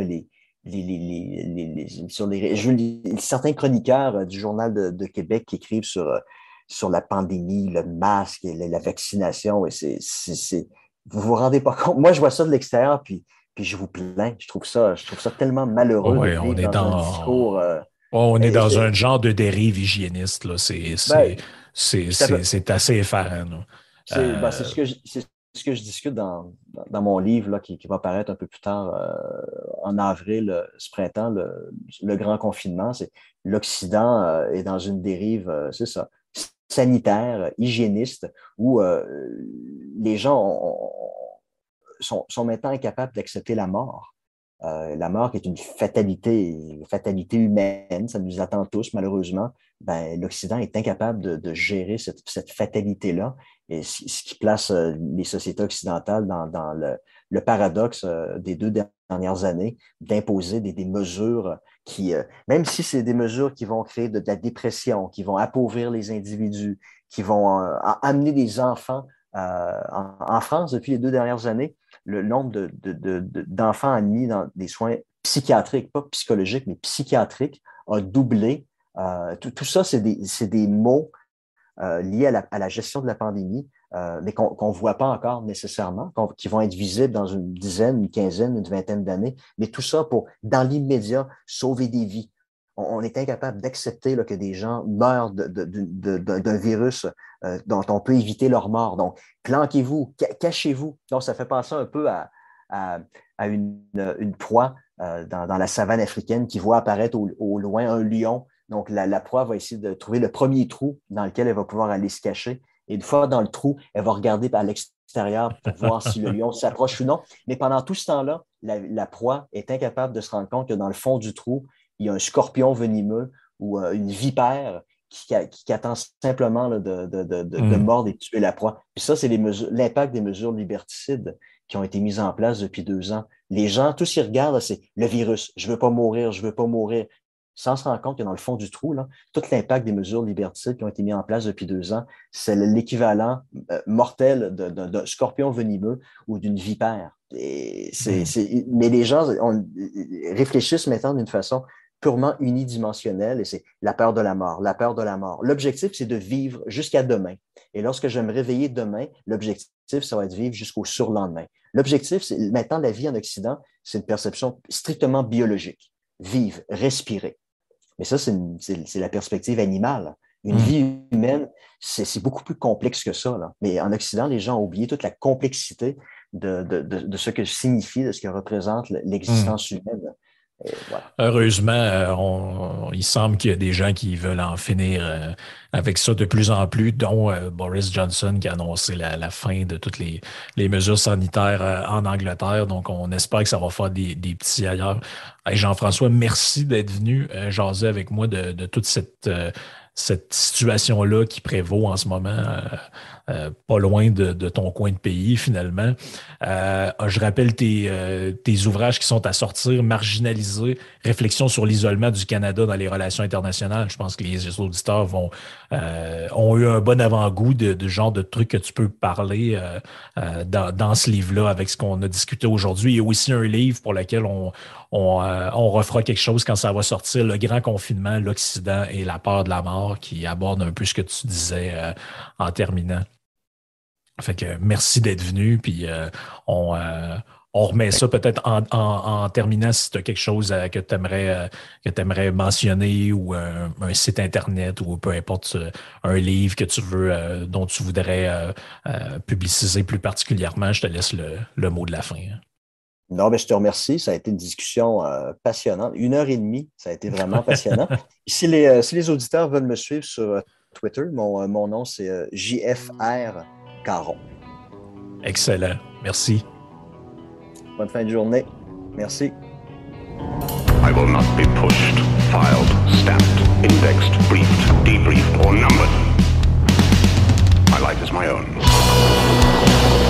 C: certains chroniqueurs du Journal de Québec qui écrivent sur la pandémie, le masque, et la vaccination. Et vous vous rendez pas compte. Moi, je vois ça de l'extérieur, puis je vous plains. Je trouve ça tellement malheureux de vivre dans un discours.
B: On est dans un genre de dérive hygiéniste. Là. C'est assez effarant.
C: C'est ce que je discute dans mon livre là, qui va paraître un peu plus tard en avril, ce printemps, le grand confinement. C'est l'Occident est dans une dérive, c'est ça, sanitaire, hygiéniste, où les gens sont maintenant incapables d'accepter la mort. La mort qui est une fatalité humaine, ça nous attend tous malheureusement. Ben, l'Occident est incapable de gérer cette fatalité-là, et ce qui place les sociétés occidentales dans le paradoxe des 2 dernières années d'imposer des mesures qui, même si c'est des mesures qui vont créer de la dépression, qui vont appauvrir les individus, qui vont amener des enfants En France, depuis les 2 dernières années, le nombre d'enfants admis dans des soins psychiatriques, pas psychologiques, mais psychiatriques, a doublé. Tout ça, c'est des mots liés à la gestion de la pandémie, mais qu'on ne voit pas encore nécessairement, qui vont être visibles dans une dizaine, une quinzaine, une vingtaine d'années. Mais tout ça pour, dans l'immédiat, sauver des vies. On est incapable d'accepter que des gens meurent d'un virus dont on peut éviter leur mort. Donc, planquez-vous, cachez-vous. Donc, ça fait penser un peu à une proie dans la savane africaine qui voit apparaître au loin un lion. Donc, la proie va essayer de trouver le premier trou dans lequel elle va pouvoir aller se cacher. Et une fois dans le trou, elle va regarder par l'extérieur pour voir si le lion s'approche ou non. Mais pendant tout ce temps-là, la proie est incapable de se rendre compte que dans le fond du trou, il y a un scorpion venimeux ou une vipère qui attend simplement de mordre et de tuer la proie. Puis ça, c'est l'impact des mesures liberticides qui ont été mises en place depuis 2 ans. Les gens, tout ce qu'ils regardent, c'est le virus. Je veux pas mourir, je veux pas mourir. Sans se rendre compte que dans le fond du trou, tout l'impact des mesures liberticides qui ont été mises en place depuis 2 ans, c'est l'équivalent mortel d'un scorpion venimeux ou d'une vipère. Mais les gens réfléchissent maintenant d'une façon purement unidimensionnelle et c'est la peur de la mort, la peur de la mort. L'objectif, c'est de vivre jusqu'à demain. Et lorsque je vais me réveiller demain, l'objectif, ça va être vivre jusqu'au surlendemain. L'objectif, c'est maintenant, la vie en Occident, c'est une perception strictement biologique. Vivre, respirer. Mais ça, c'est la perspective animale. Une vie humaine, c'est beaucoup plus complexe que ça. Mais en Occident, les gens ont oublié toute la complexité de ce que signifie, de ce que représente l'existence humaine. Et voilà.
B: Heureusement, il semble qu'il y a des gens qui veulent en finir avec ça de plus en plus, dont Boris Johnson qui a annoncé la fin de toutes les mesures sanitaires en Angleterre. Donc, on espère que ça va faire des petits ailleurs. Hey, Jean-François, merci d'être venu jaser avec moi de toute cette situation-là qui prévaut en ce moment, pas loin de ton coin de pays, finalement. Je rappelle tes ouvrages qui sont à sortir, Marginalisés, réflexion sur l'isolement du Canada dans les relations internationales. Je pense que les auditeurs ont eu un bon avant-goût de genre de trucs que tu peux parler dans ce livre-là avec ce qu'on a discuté aujourd'hui. Il y a aussi un livre pour lequel on refera quelque chose quand ça va sortir, Le Grand Confinement, l'Occident et la peur de la mort, qui aborde un peu ce que tu disais en terminant. Fait que merci d'être venu, puis on remet ça peut-être en terminant si tu as quelque chose que tu aimerais mentionner ou un site internet ou peu importe, un livre que tu veux, dont tu voudrais publiciser plus particulièrement. Je te laisse le mot de la fin.
C: Non, mais je te remercie. Ça a été une discussion passionnante. 1h30, ça a été vraiment passionnant. Si les auditeurs veulent me suivre sur Twitter, mon nom, c'est JFR Caron.
B: Excellent. Merci.
C: Bonne fin de journée. Merci.
A: I will not be pushed, filed, stamped, indexed, briefed, debriefed, or numbered. My life is my own.